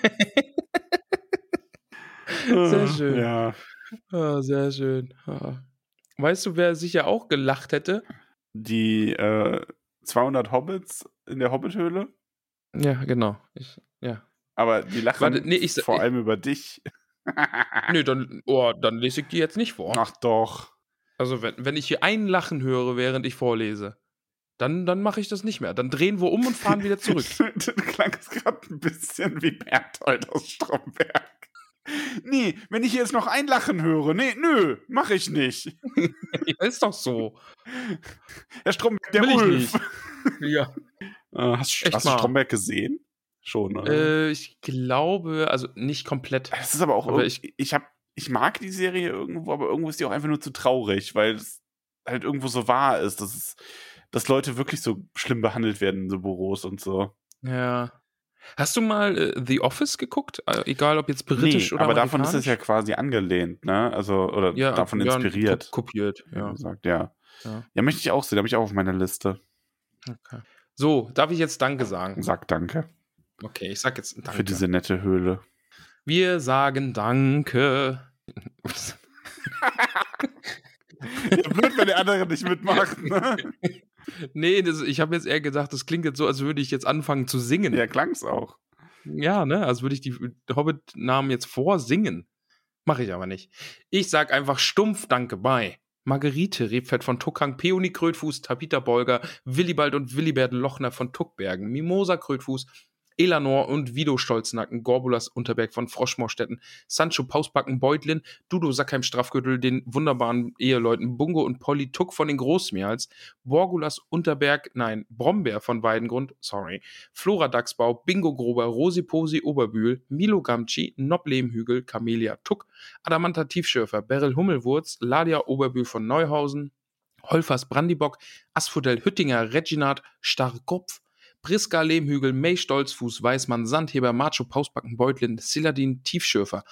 Sehr schön. Ja. Ah, sehr schön. Ah. Weißt du, wer sicher auch gelacht hätte? Die äh, zweihundert Hobbits in der Hobbithöhle. Ja, genau. Ich, ja. Aber die lachen Warte, nee, ich sa- vor ich- allem über dich. Nö, dann, oh, dann lese ich die jetzt nicht vor. Ach doch. Also, wenn, wenn ich hier ein Lachen höre, während ich vorlese, dann, dann mache ich das nicht mehr. Dann drehen wir um und fahren wieder zurück. Du klangst gerade ein bisschen wie Berthold aus Stromberg. Nee, wenn ich jetzt noch ein Lachen höre, nee, nö, mach ich nicht. Ja, ist doch so. Herr Stromberg, der Will ich Ulf. Ja. Äh, hast Echt hast du mal. Stromberg gesehen? Schon, oder? Äh, ich glaube, also nicht komplett. Es ist aber auch, aber irg- ich, ich, hab, ich mag die Serie irgendwo, aber irgendwo ist die auch einfach nur zu traurig, weil es halt irgendwo so wahr ist, dass, es, dass Leute wirklich so schlimm behandelt werden in so Büros und so. Ja. Hast du mal äh, The Office geguckt? Äh, egal, ob jetzt britisch Nee, oder aber davon ist es ja amerikanisch? quasi angelehnt, ne? Also, oder ja, davon ja, inspiriert. ko- kopiert, wie ja. gesagt, ja. ja. Ja, möchte ich auch sehen, habe ich auch auf meiner Liste. Okay. So, darf ich jetzt Danke sagen? Sag danke Okay, ich sag jetzt Danke. für diese nette Höhle. Wir sagen Danke. Ja, blöd, wenn der andere nicht mitmacht, ne? Nee, das, ich habe jetzt eher gedacht, das klingt jetzt so, als würde ich jetzt anfangen zu singen. Ja, klang's auch. Ja, ne? Als würde ich die Hobbit-Namen jetzt vorsingen. Mache ich aber nicht. Ich sag einfach stumpf Danke bei Margarete Rebfett von Tuckhang, Peony Krötfuß, Tabitha Bolger, Willibald und Willibert Lochner von Tuckbergen, Mimosa Krötfuß, Elanor und Vido Stolznacken, Gorbulas Unterberg von Froschmorstetten, Sancho Pausbacken Beutlin, Dudo Sackheim Strafgürtel, den wunderbaren Eheleuten Bungo und Polly Tuck von den Großmeerls, Borgulas Unterberg, nein, Brombeer von Weidengrund, sorry, Flora Dachsbau, Bingo Grober, Rosi Posi Oberbühl, Milo Gamci, Nob Lehmhügel, Camelia Tuck, Adamanta Tiefschürfer, Beryl Hummelwurz, Ladia Oberbühl von Neuhausen, Holfers Brandibock, Asphodel Hüttinger, Reginat Starrkopf, Priska Lehmhügel, May Stolzfuß, Weißmann, Sandheber, Macho Pausbacken, Beutlin, Siladin, Tiefschürfer,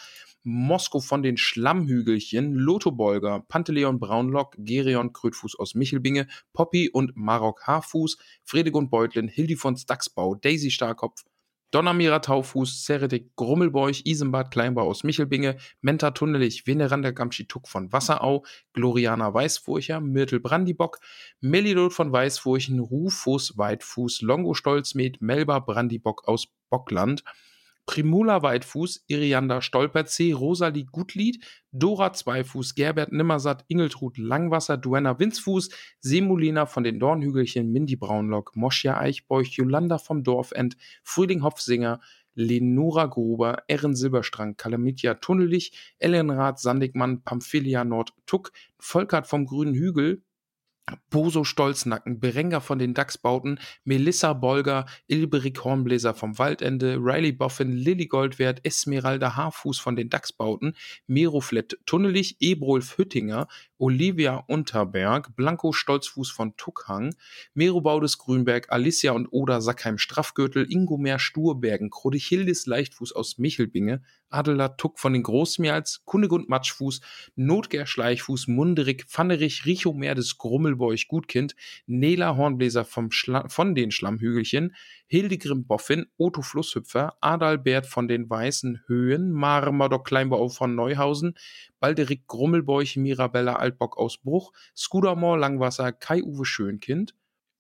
Mosko von den Schlammhügelchen, Lotho Bolger, Panteleon Braunlock, Gerion Krötfuß aus Michelbinge, Poppy und Marok Haarfuß, Fredegund Beutlin, Hildifons Dachsbau, Daisy Starkopf, Donnermira Taufuß, Seretik Grummelbeuch, Isembad Kleinbau aus Michelbinge, Menta Tunnelich, Veneranda Gamschituk von Wasserau, Gloriana Weißfurcher, Myrtle Brandibock, Melidot von Weißfurchen, Rufus Weitfuß, Longo Stolzmet, Melba Brandibock aus Bockland, Primula Weitfuß, Irianda Stolperzee, Rosalie Gutlied, Dora Zweifuß, Gerbert Nimmersatt, Ingeltrud Langwasser, Duenna Winzfuß, Semolina von den Dornhügelchen, Mindy Braunlock, Moschia Eichbeuch, Jolanda vom Dorfend, Frühling Hopfsinger, Lenora Gruber, Erin Silberstrang, Kalamitia Tunnelich, Ellenrath Sandigmann, Pamphilia Nord-Tuck, Volkert vom Grünen Hügel, Boso Stolznacken, Berenger von den Dachsbauten, Melissa Bolger, Ilberik Hornbläser vom Waldende, Riley Boffin, Lilly Goldwert, Esmeralda Haarfuß von den Dachsbauten, Meroflett Tunnelich, Ebrolf Hüttinger, Olivia Unterberg, Blanco Stolzfuß von Tuckhang, Merobaudes Grünberg, Alicia und Oda Sackheim Straffgürtel, Ingomer Sturbergen, Krodichildis Leichtfuß aus Michelbinge, Adela Tuck von den Großmeerls, Kunigund Matschfuß, Notger Schleichfuß, Munderig, Pfannerich, Richomer des Grummelbeuch Gutkind, Nela Hornbläser vom Schla- von den Schlammhügelchen, Hildegrim Boffin, Otto Flusshüpfer, Adalbert von den Weißen Höhen, Marmadoc Kleinbau von Neuhausen, Balderik Grummelbeuch, Mirabella Altbock aus Bruch, Skudamore Langwasser, Kai-Uwe Schönkind,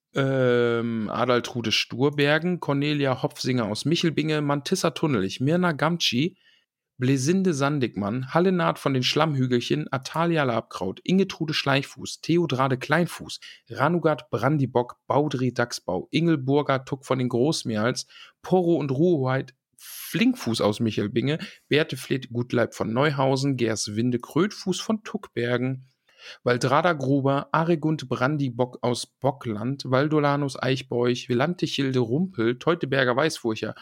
ähm, Adaltrude Sturbergen, Cornelia Hopfsinger aus Michelbinge, Mantissa Tunnelich, Mirna Gamtschi, Blesinde Sandigmann, Hallenard von den Schlammhügelchen, Atalia Labkraut, Ingetrude Schleichfuß, Theodrade Kleinfuß, Ranugat Brandibock, Baudry Dachsbau, Ingelburger Tuck von den Großmeerls, Porro und Ruheheit Flinkfuß aus Michelbinge, Bertefleth Gutleib von Neuhausen, Gerswinde Krötfuß von Tuckbergen, Waldrada Gruber, Aregund Brandibock aus Bockland, Valdolanus Eichbeuch, Villantichilde Rumpel, Teuteberger Weißfurcher,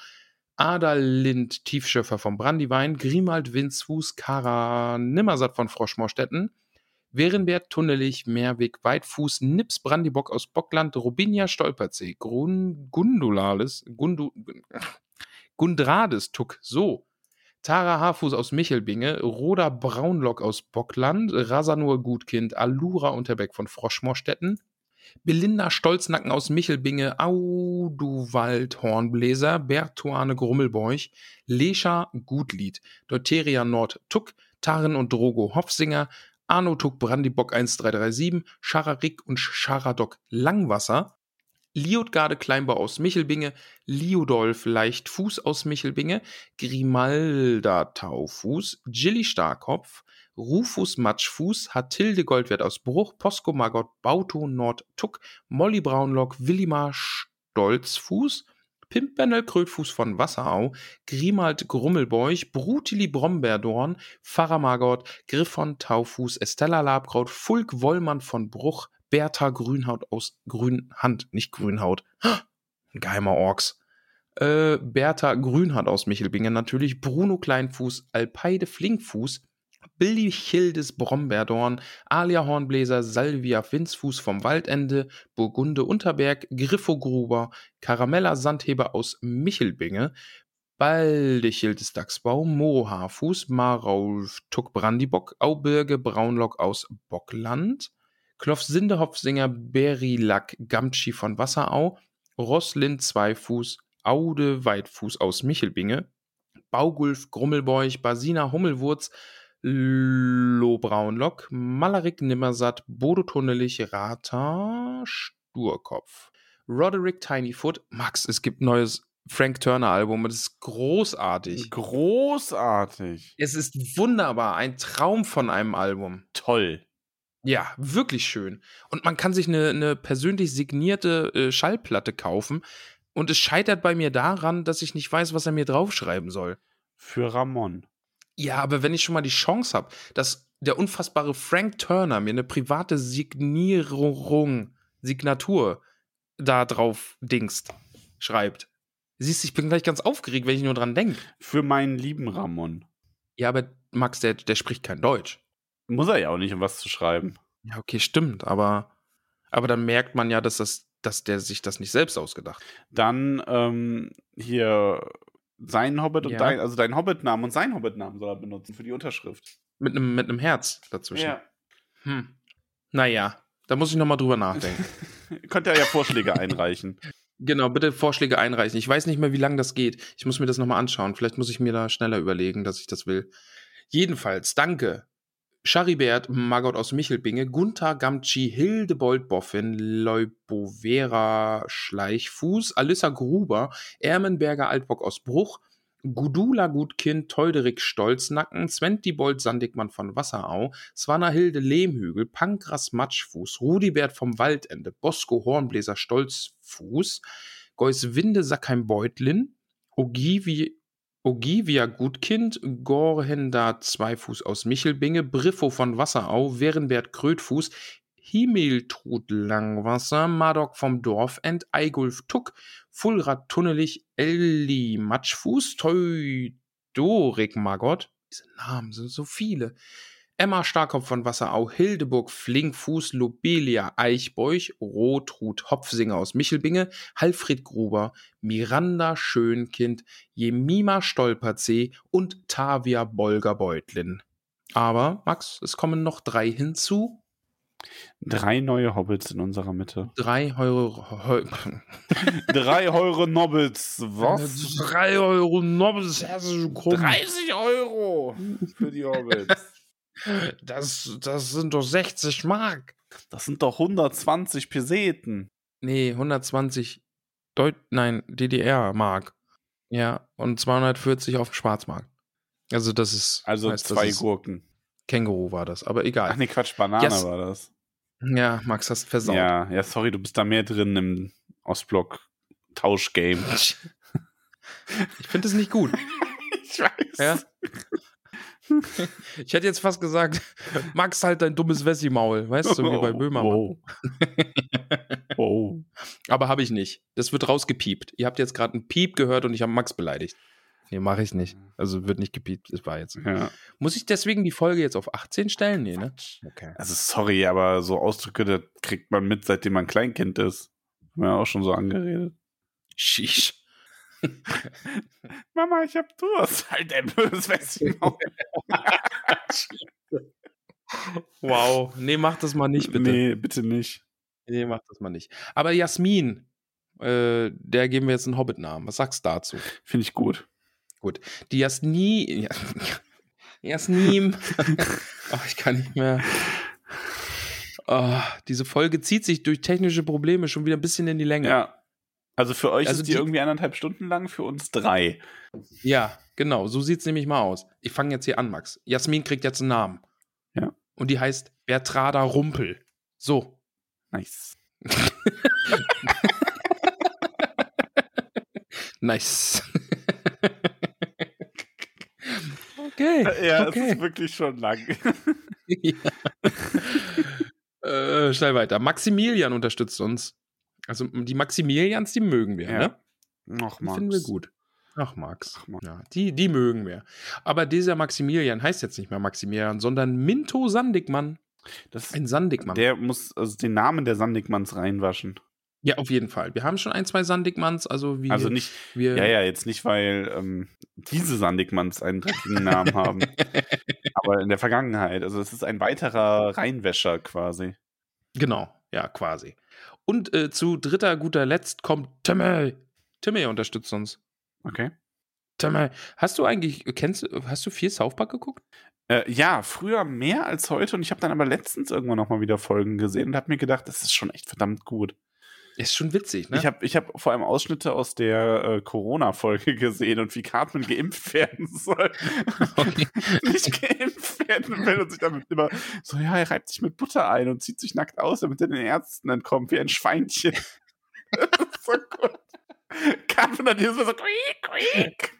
Adalind Tiefschöffer vom Brandywein, Grimald Winzfuß, Kara Nimmersatt von Froschmorstetten, Werenbert Tunnelich, Meerweg Weitfuß, Nips Brandibock aus Bockland, Robinia Stolperzee, Grun, Gundulalis, Gundu, Gundrades Tuck, so, Tara Haarfuß aus Michelbinge, Roda Braunlock aus Bockland, Rasanur Gutkind, Alura Unterbeck von Froschmorstetten, Belinda Stolznacken aus Michelbinge, Auduvald Hornbläser, Bertuane Grummelbeuch, Lescha Gutlied, Deuteria Nord Tuck, Tarren und Drogo Hopfsinger, Arno Tuck Brandibock eins drei drei sieben, Schararik und Scharadok Langwasser, Liotgarde Kleinbau aus Michelbinge, Liodolf Leichtfuß aus Michelbinge, Grimalda Taufuß, Gilly Starkopf, Rufus Matschfuß, Hatilde Goldwert aus Bruch, Posko Margot Bauto Nord Tuck, Molly Braunlock, Willimar Stolzfuß, Pimpernel Krötfuß von Wasserau, Grimald Grummelbeuch, Brutili Brombeerdorn, Pfarrer Margot, Griffon Taufuß, Estella Labkraut, Fulk Wollmann von Bruch, Bertha Grünhaut aus Grünhand, nicht Grünhaut, ein geheimer Orks. Äh, Bertha Grünhaut aus Michelbingen natürlich, Bruno Kleinfuß, Alpeide Flinkfuß, Billichildes Brombeerdorn, Alia Hornbläser, Salvia Winzfuß vom Waldende, Burgunde Unterberg, Griffo Gruber, Karamella Sandheber aus Michelbinge, Baldichildes Dachsbau, Moro Haarfuß, Maraulf Tuck Brandibock, Aubirge Braunlock aus Bockland, Knopfsinde Hopfsinger, Berilack Gamtschi von Wasserau, Rosslind Zweifuß, Aude Weitfuß aus Michelbinge, Baugulf Grummelbeuch, Basina Hummelwurz, Lobraunlock, Malerik Nimmersatt, Bodo Tunnelich, Rata Sturkopf, Roderick Tinyfoot. Max, es gibt ein neues Frank Turner Album und es ist großartig. Großartig. Es ist wunderbar, ein Traum von einem Album. Toll. Ja, wirklich schön. Und man kann sich eine, eine persönlich signierte äh, Schallplatte kaufen. Und es scheitert bei mir daran, dass ich nicht weiß, was er mir draufschreiben soll. Für Ramon. Ja, aber wenn ich schon mal die Chance habe, dass der unfassbare Frank Turner mir eine private Signierung, Signatur da drauf dingst, schreibt. Siehst du, ich bin gleich ganz aufgeregt, wenn ich nur dran denke. Für meinen lieben Ramon. Ja, aber Max, der, der spricht kein Deutsch. Muss er ja auch nicht, um was zu schreiben. Ja, okay, stimmt, aber, aber dann merkt man ja, dass, das, dass der sich das nicht selbst ausgedacht hat. Dann ähm, hier Sein Hobbit und Ja. dein, also dein Hobbit-Namen und sein Hobbit-Namen soll er benutzen für die Unterschrift. Mit einem mit einem Herz dazwischen. Ja. Hm. Naja, da muss ich nochmal drüber nachdenken. Könnt ihr ja Vorschläge einreichen. Genau, bitte Vorschläge einreichen. Ich weiß nicht mehr, wie lange das geht. Ich muss mir das nochmal anschauen. Vielleicht muss ich mir da schneller überlegen, dass ich das will. Jedenfalls, danke. Charibert, Margot aus Michelbinge, Gunther Gamtschi, Hildebold Boffin, Leubovera Schleichfuß, Alissa Gruber, Ermenberger Altbock aus Bruch, Gudula Gutkind, Teuderik Stolznacken, Sventibold Sandigmann von Wasserau, Svanahilde Lehmhügel, Pankras Matschfuß, Rudibert vom Waldende, Bosco Hornbläser Stolzfuß, Geuswinde Sackheim Beutlin, Ogivi Ogivia Gutkind, Gorhenda Zweifuß aus Michelbinge, Briffo von Wasserau, Werenbert Krötfuß, Himiltrud Langwasser, Madok vom Dorfend, Eigulf Tuck, Fulrad Tunnelich, Elli Matschfuß, Teudorik Margot, diese Namen sind so viele, Emma Starkopf von Wasserau, Hildeburg Flinkfuß, Lobelia Eichbeuch, Rotrud Hopfsinger aus Michelbinge, Halfried Gruber, Miranda Schönkind, Jemima Stolperzee und Tavia Bolger-Beutlin. Aber, Max, es kommen noch drei hinzu. Drei neue Hobbits in unserer Mitte. Drei Euro. Heu, Drei Euro Nobbits. Was? drei Euro Nobbits. Herzlich willkommen. dreißig Euro für die Hobbits. Das, das sind doch sechzig Mark. Das sind doch hundertzwanzig Peseten. Nee, hundertzwanzig Deut nein, D D R-Mark. Ja, und zweihundertvierzig auf dem Schwarzmarkt. Also das ist... Also heißt, das zwei ist Gurken. Känguru war das, aber egal. Ach nee, Quatsch, Banane Yes. war das. Ja, Max, hast versaut. Ja, ja, sorry, du bist da mehr drin im Ostblock-Tauschgame. Ich finde es nicht gut. Ich weiß. Ja? Ich hätte jetzt fast gesagt, Max, halt dein dummes Wessi-Maul. Weißt du, wie bei Böhmermann. Wow. Wow. Aber habe ich nicht. Das wird rausgepiept. Ihr habt jetzt gerade einen Piep gehört und ich habe Max beleidigt. Nee, mache ich nicht. Also wird nicht gepiept. Das war jetzt. Ja. Muss ich deswegen die Folge jetzt auf achtzehn stellen? Nee, ne? Okay. Also sorry, aber so Ausdrücke, das kriegt man mit, seitdem man Kleinkind ist. Haben wir ja auch schon so angeredet. Sheesh. Mama, ich hab Durst. Halt dein blödes Wessi-Maul. Wow. Nee, mach das mal nicht, bitte. Nee, bitte nicht. Nee, mach das mal nicht. Aber Jasmin, äh, der geben wir jetzt einen Hobbit-Namen. Was sagst du dazu? Finde ich gut. Gut. Die Jasni... Jasmin... Oh, ich kann nicht mehr... Oh, diese Folge zieht sich durch technische Probleme schon wieder ein bisschen in die Länge. Ja. Also für euch Also ist die, die- irgendwie anderthalb Stunden lang, für uns drei. Ja, genau. So sieht's nämlich mal aus. Ich fange jetzt hier an, Max. Jasmin kriegt jetzt einen Namen. Ja. Und die heißt Bertrada Rumpel. So. Nice. Nice. Okay. Ja, okay. es ist wirklich schon lang. Ja. äh, schnell weiter. Maximilian unterstützt uns. Also die Maximilians, die mögen wir, Ja. ne? Ach, Die Max. finden wir gut. Ach, Max. Ach, Max. Ja, die, die mögen wir. Aber dieser Maximilian heißt jetzt nicht mehr Maximilian, sondern Minto Sandigmann. Das, Ein Sandigmann. der muss also den Namen der Sandigmanns reinwaschen. Ja, auf jeden Fall. Wir haben schon ein, zwei Sandigmanns, also wir... Also nicht, wir ja, ja, jetzt nicht, weil ähm, diese Sandigmanns einen dreckigen Namen haben, aber in der Vergangenheit. Also es ist ein weiterer Reinwäscher quasi. Genau, ja, quasi. Und äh, zu dritter guter Letzt kommt Timmy. Timmy unterstützt uns. Okay. Timmy, hast du eigentlich, kennst du, hast du viel South Park geguckt? Äh, ja, früher mehr als heute und ich habe dann aber letztens irgendwann noch mal wieder Folgen gesehen und habe mir gedacht, das ist schon echt verdammt gut. Ist schon witzig, ne? Ich habe ich hab vor allem Ausschnitte aus der äh, Corona-Folge gesehen und wie Cartman geimpft werden soll. Okay. Nicht geimpft werden will und sich damit immer so, ja, er reibt sich mit Butter ein und zieht sich nackt aus, damit er den Ärzten entkommt, wie ein Schweinchen. Das ist so gut. Cartman dann hier so, so quiek, quiek.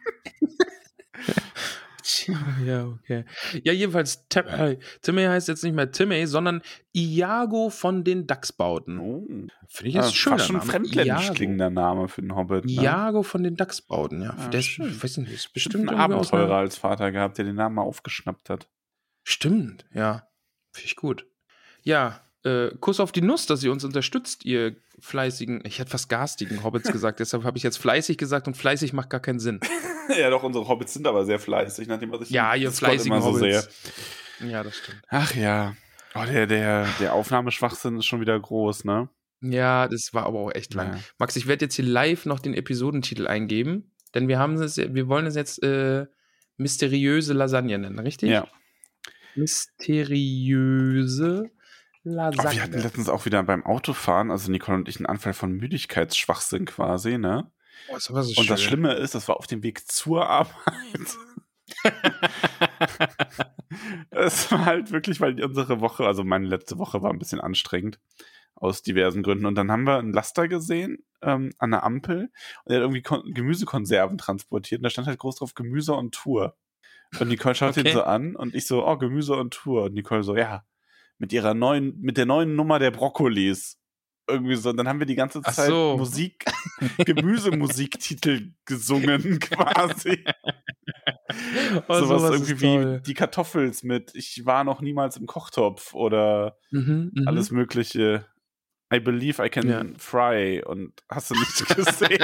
Ja, okay. Ja, jedenfalls, Timmy, Timmy heißt jetzt nicht mehr Timmy, sondern Iago von den Dachsbauten. Oh. Finde ich Ja, jetzt schön. fast schon fremdländisch Iago. klingender Name für den Hobbit. Ne? Iago von den Dachsbauten, ja. Ja, Der ist, schön. ich weiß nicht, ist Bestimmt bestimmt ein irgendwie aus einer- Abenteurer als Vater gehabt, der den Namen mal aufgeschnappt hat. Stimmt, ja. Finde ich gut. Ja, Äh, Kuss auf die Nuss, dass ihr uns unterstützt, ihr fleißigen, ich hätte fast garstigen Hobbits gesagt, deshalb habe ich jetzt fleißig gesagt und fleißig macht gar keinen Sinn. Ja, doch, unsere Hobbits sind aber sehr fleißig, nachdem was ich Ja, ihr Discord fleißigen immer so Hobbits. sehe. Ja, das stimmt. Ach ja. Oh, der, der, der Aufnahmeschwachsinn ist schon wieder groß, ne? Ja, das war aber auch echt lang. Ja. Max, ich werde jetzt hier live noch den Episodentitel eingeben, denn wir haben es, wir wollen es jetzt äh, mysteriöse Lasagne nennen, richtig? Ja. Mysteriöse Oh, Lasagne. wir hatten letztens auch wieder beim Autofahren, also Nicole und ich, einen Anfall von Müdigkeitsschwachsinn quasi, ne? Oh, ist aber so Und schön. das Schlimme ist, das war auf dem Weg zur Arbeit. Es war halt wirklich, weil unsere Woche, also meine letzte Woche war ein bisschen anstrengend. Aus diversen Gründen. Und dann haben wir einen Laster gesehen ähm, an der Ampel. Und der hat irgendwie Kon- Gemüsekonserven transportiert. Und da stand halt groß drauf Gemüse on Tour. Und Nicole schaut Okay. ihn so an und ich so, oh, Gemüse on Tour. Und Nicole so, ja, mit ihrer neuen, mit der neuen Nummer der Brokkolis. Irgendwie so. Und dann haben wir die ganze Ach Zeit so. Musik, Gemüsemusiktitel gesungen quasi. Oh, Sowas sowas irgendwie ist wie toll. die Kartoffels mit Ich war noch niemals im Kochtopf oder Mhm, mhm. alles mögliche. I believe I can Ja. fry und hast du nicht gesehen?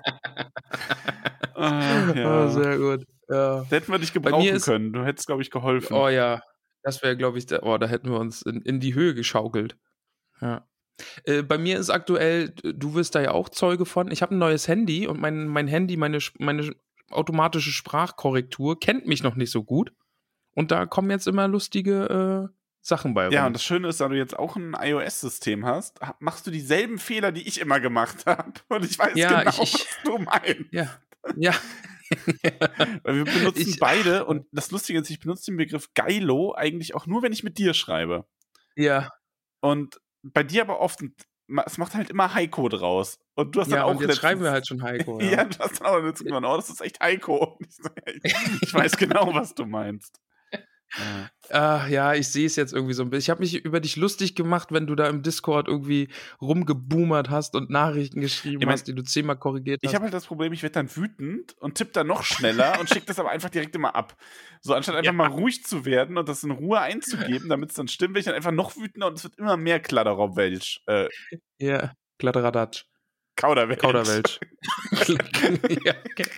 Ah, ja. Oh, sehr gut. Ja. Da hätten wir dich Bei mir gebrauchen ist- können. Du hättest, glaube ich, geholfen. Oh ja, das wäre, glaube ich, da, oh, da hätten wir uns in, in die Höhe geschaukelt. Ja. Äh, bei mir ist aktuell, du wirst da ja auch Zeuge von, ich habe ein neues Handy und mein, mein Handy, meine, meine automatische Sprachkorrektur kennt mich noch nicht so gut. Und da kommen jetzt immer lustige äh, Sachen bei rum. Ja, und das Schöne ist, da du jetzt auch ein iOS-System hast, ha- machst du dieselben Fehler, die ich immer gemacht habe. Und ich weiß Ja, genau, ich- ich- was du meinst. ja. Ja. Weil wir benutzen Ich- beide, und das Lustige ist, ich benutze den Begriff Geilo eigentlich auch nur, wenn ich mit dir schreibe. Ja, Und bei dir aber oft, es macht halt immer Heiko draus. Und du hast ja, dann auch und jetzt letztens- schreiben wir halt schon Heiko. Ja, Ja. du hast dann auch letztens gesagt, oh, das ist echt Heiko. Und ich, so, ja, ich, ich weiß genau, was du meinst. Ja. Ah, ja, ich sehe es jetzt irgendwie so ein bisschen. Ich habe mich über dich lustig gemacht, wenn du da im Discord irgendwie rumgeboomert hast und Nachrichten geschrieben Ich mein, hast, die du zehnmal korrigiert hast. Ich habe halt das Problem, ich werde dann wütend und tippe dann noch schneller und schicke das aber einfach direkt immer ab. So, anstatt einfach Ja. mal ruhig zu werden und das in Ruhe einzugeben, damit es dann stimmt, werde ich dann einfach noch wütender und es wird immer mehr Kladderob-Welsch. Äh, Ja, Kladderadatsch. Kauderwelsch. Kauderwelsch. Ja.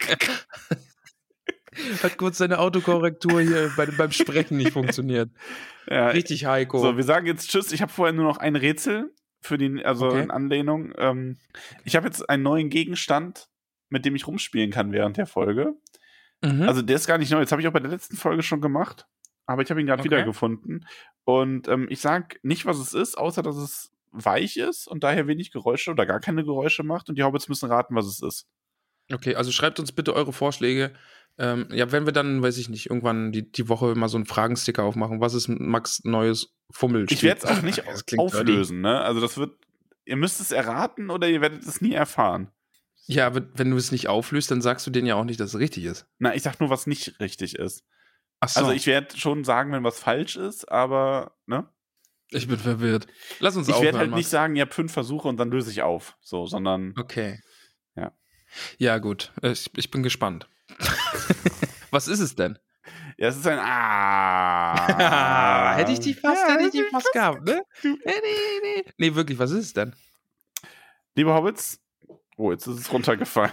Hat kurz seine Autokorrektur hier bei, beim Sprechen nicht funktioniert. Ja, Richtig Heiko. so, wir sagen jetzt Tschüss. Ich habe vorher nur noch ein Rätsel für den, also Okay. in Anlehnung. Ähm, ich habe jetzt einen neuen Gegenstand, mit dem ich rumspielen kann während der Folge. Mhm. Also der ist gar nicht neu. Das habe ich auch bei der letzten Folge schon gemacht. Aber ich habe ihn gerade Okay. wiedergefunden. Und ähm, ich sag nicht, was es ist, außer dass es weich ist und daher wenig Geräusche oder gar keine Geräusche macht. Und die Hobbits müssen raten, was es ist. Okay, also schreibt uns bitte eure Vorschläge. Ähm, ja, wenn wir dann, weiß ich nicht, irgendwann die, die Woche mal so einen Fragensticker aufmachen, was ist Max neues Fummelspiel? Ich werde es auch nicht Das klingt auflösen, ne? Also das wird, ihr müsst es erraten oder ihr werdet es nie erfahren. Ja, aber wenn du es nicht auflöst, dann sagst du denen ja auch nicht, dass es richtig ist. Na, ich sag nur, was nicht richtig ist. Ach so, Also ich, ich werde schon sagen, wenn was falsch ist, aber, ne? ich bin verwirrt. Lass uns Ich aufhören, werde halt Max. nicht sagen, ihr habt fünf Versuche und dann löse ich auf. So, sondern. Okay. Ja. Ja, gut. Äh, Ich, ich bin gespannt. Was ist es denn? Ja, es ist ein Ah. hätte ich die fast, Ja, hätte ich die hätte ich fast gehabt, ne? Nee, nee, nee. Nee, wirklich, was ist es denn? Liebe Hobbits, oh, jetzt ist es runtergefallen.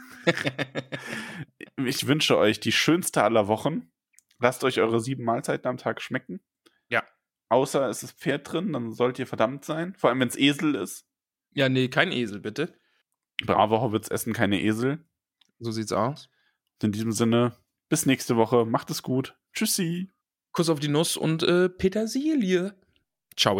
Ich wünsche euch die schönste aller Wochen. Lasst euch eure sieben Mahlzeiten am Tag schmecken. Ja. Außer es ist Pferd drin, dann sollt ihr verdammt sein. Vor allem, wenn es Esel ist. Ja, nee, kein Esel, bitte. Brave Hobbits essen keine Esel. So sieht's aus. In diesem Sinne, bis nächste Woche. Macht es gut. Tschüssi. Kuss auf die Nuss und äh, Petersilie. Ciao.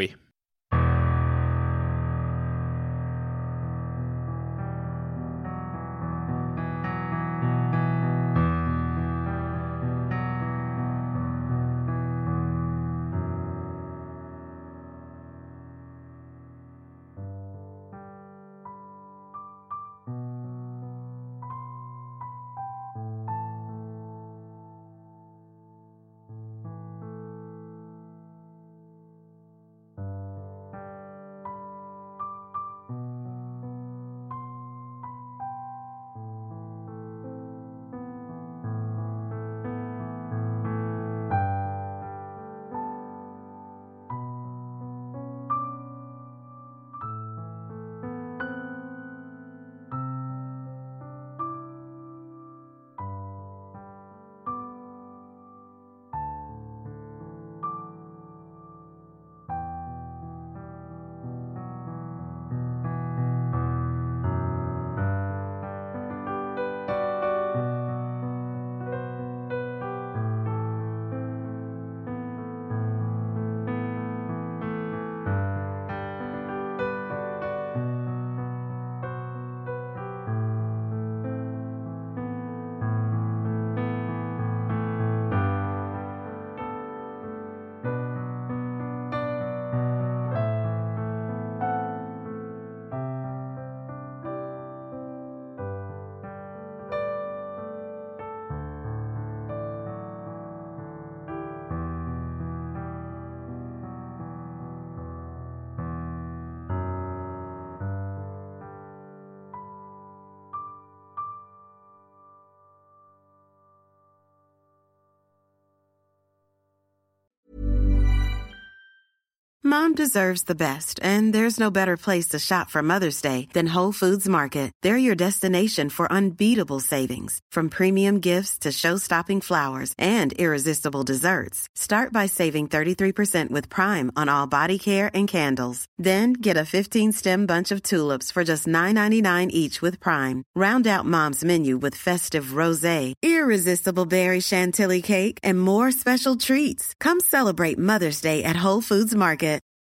Mom deserves the best, and there's no better place to shop for Mother's Day than Whole Foods Market. They're your destination for unbeatable savings, from premium gifts to show-stopping flowers and irresistible desserts. Start by saving thirty-three percent with Prime on all body care and candles. Then get a fifteen-stem bunch of tulips for just nine ninety-nine each with Prime. Round out Mom's menu with festive rosé, irresistible berry chantilly cake, and more special treats. Come celebrate Mother's Day at Whole Foods Market.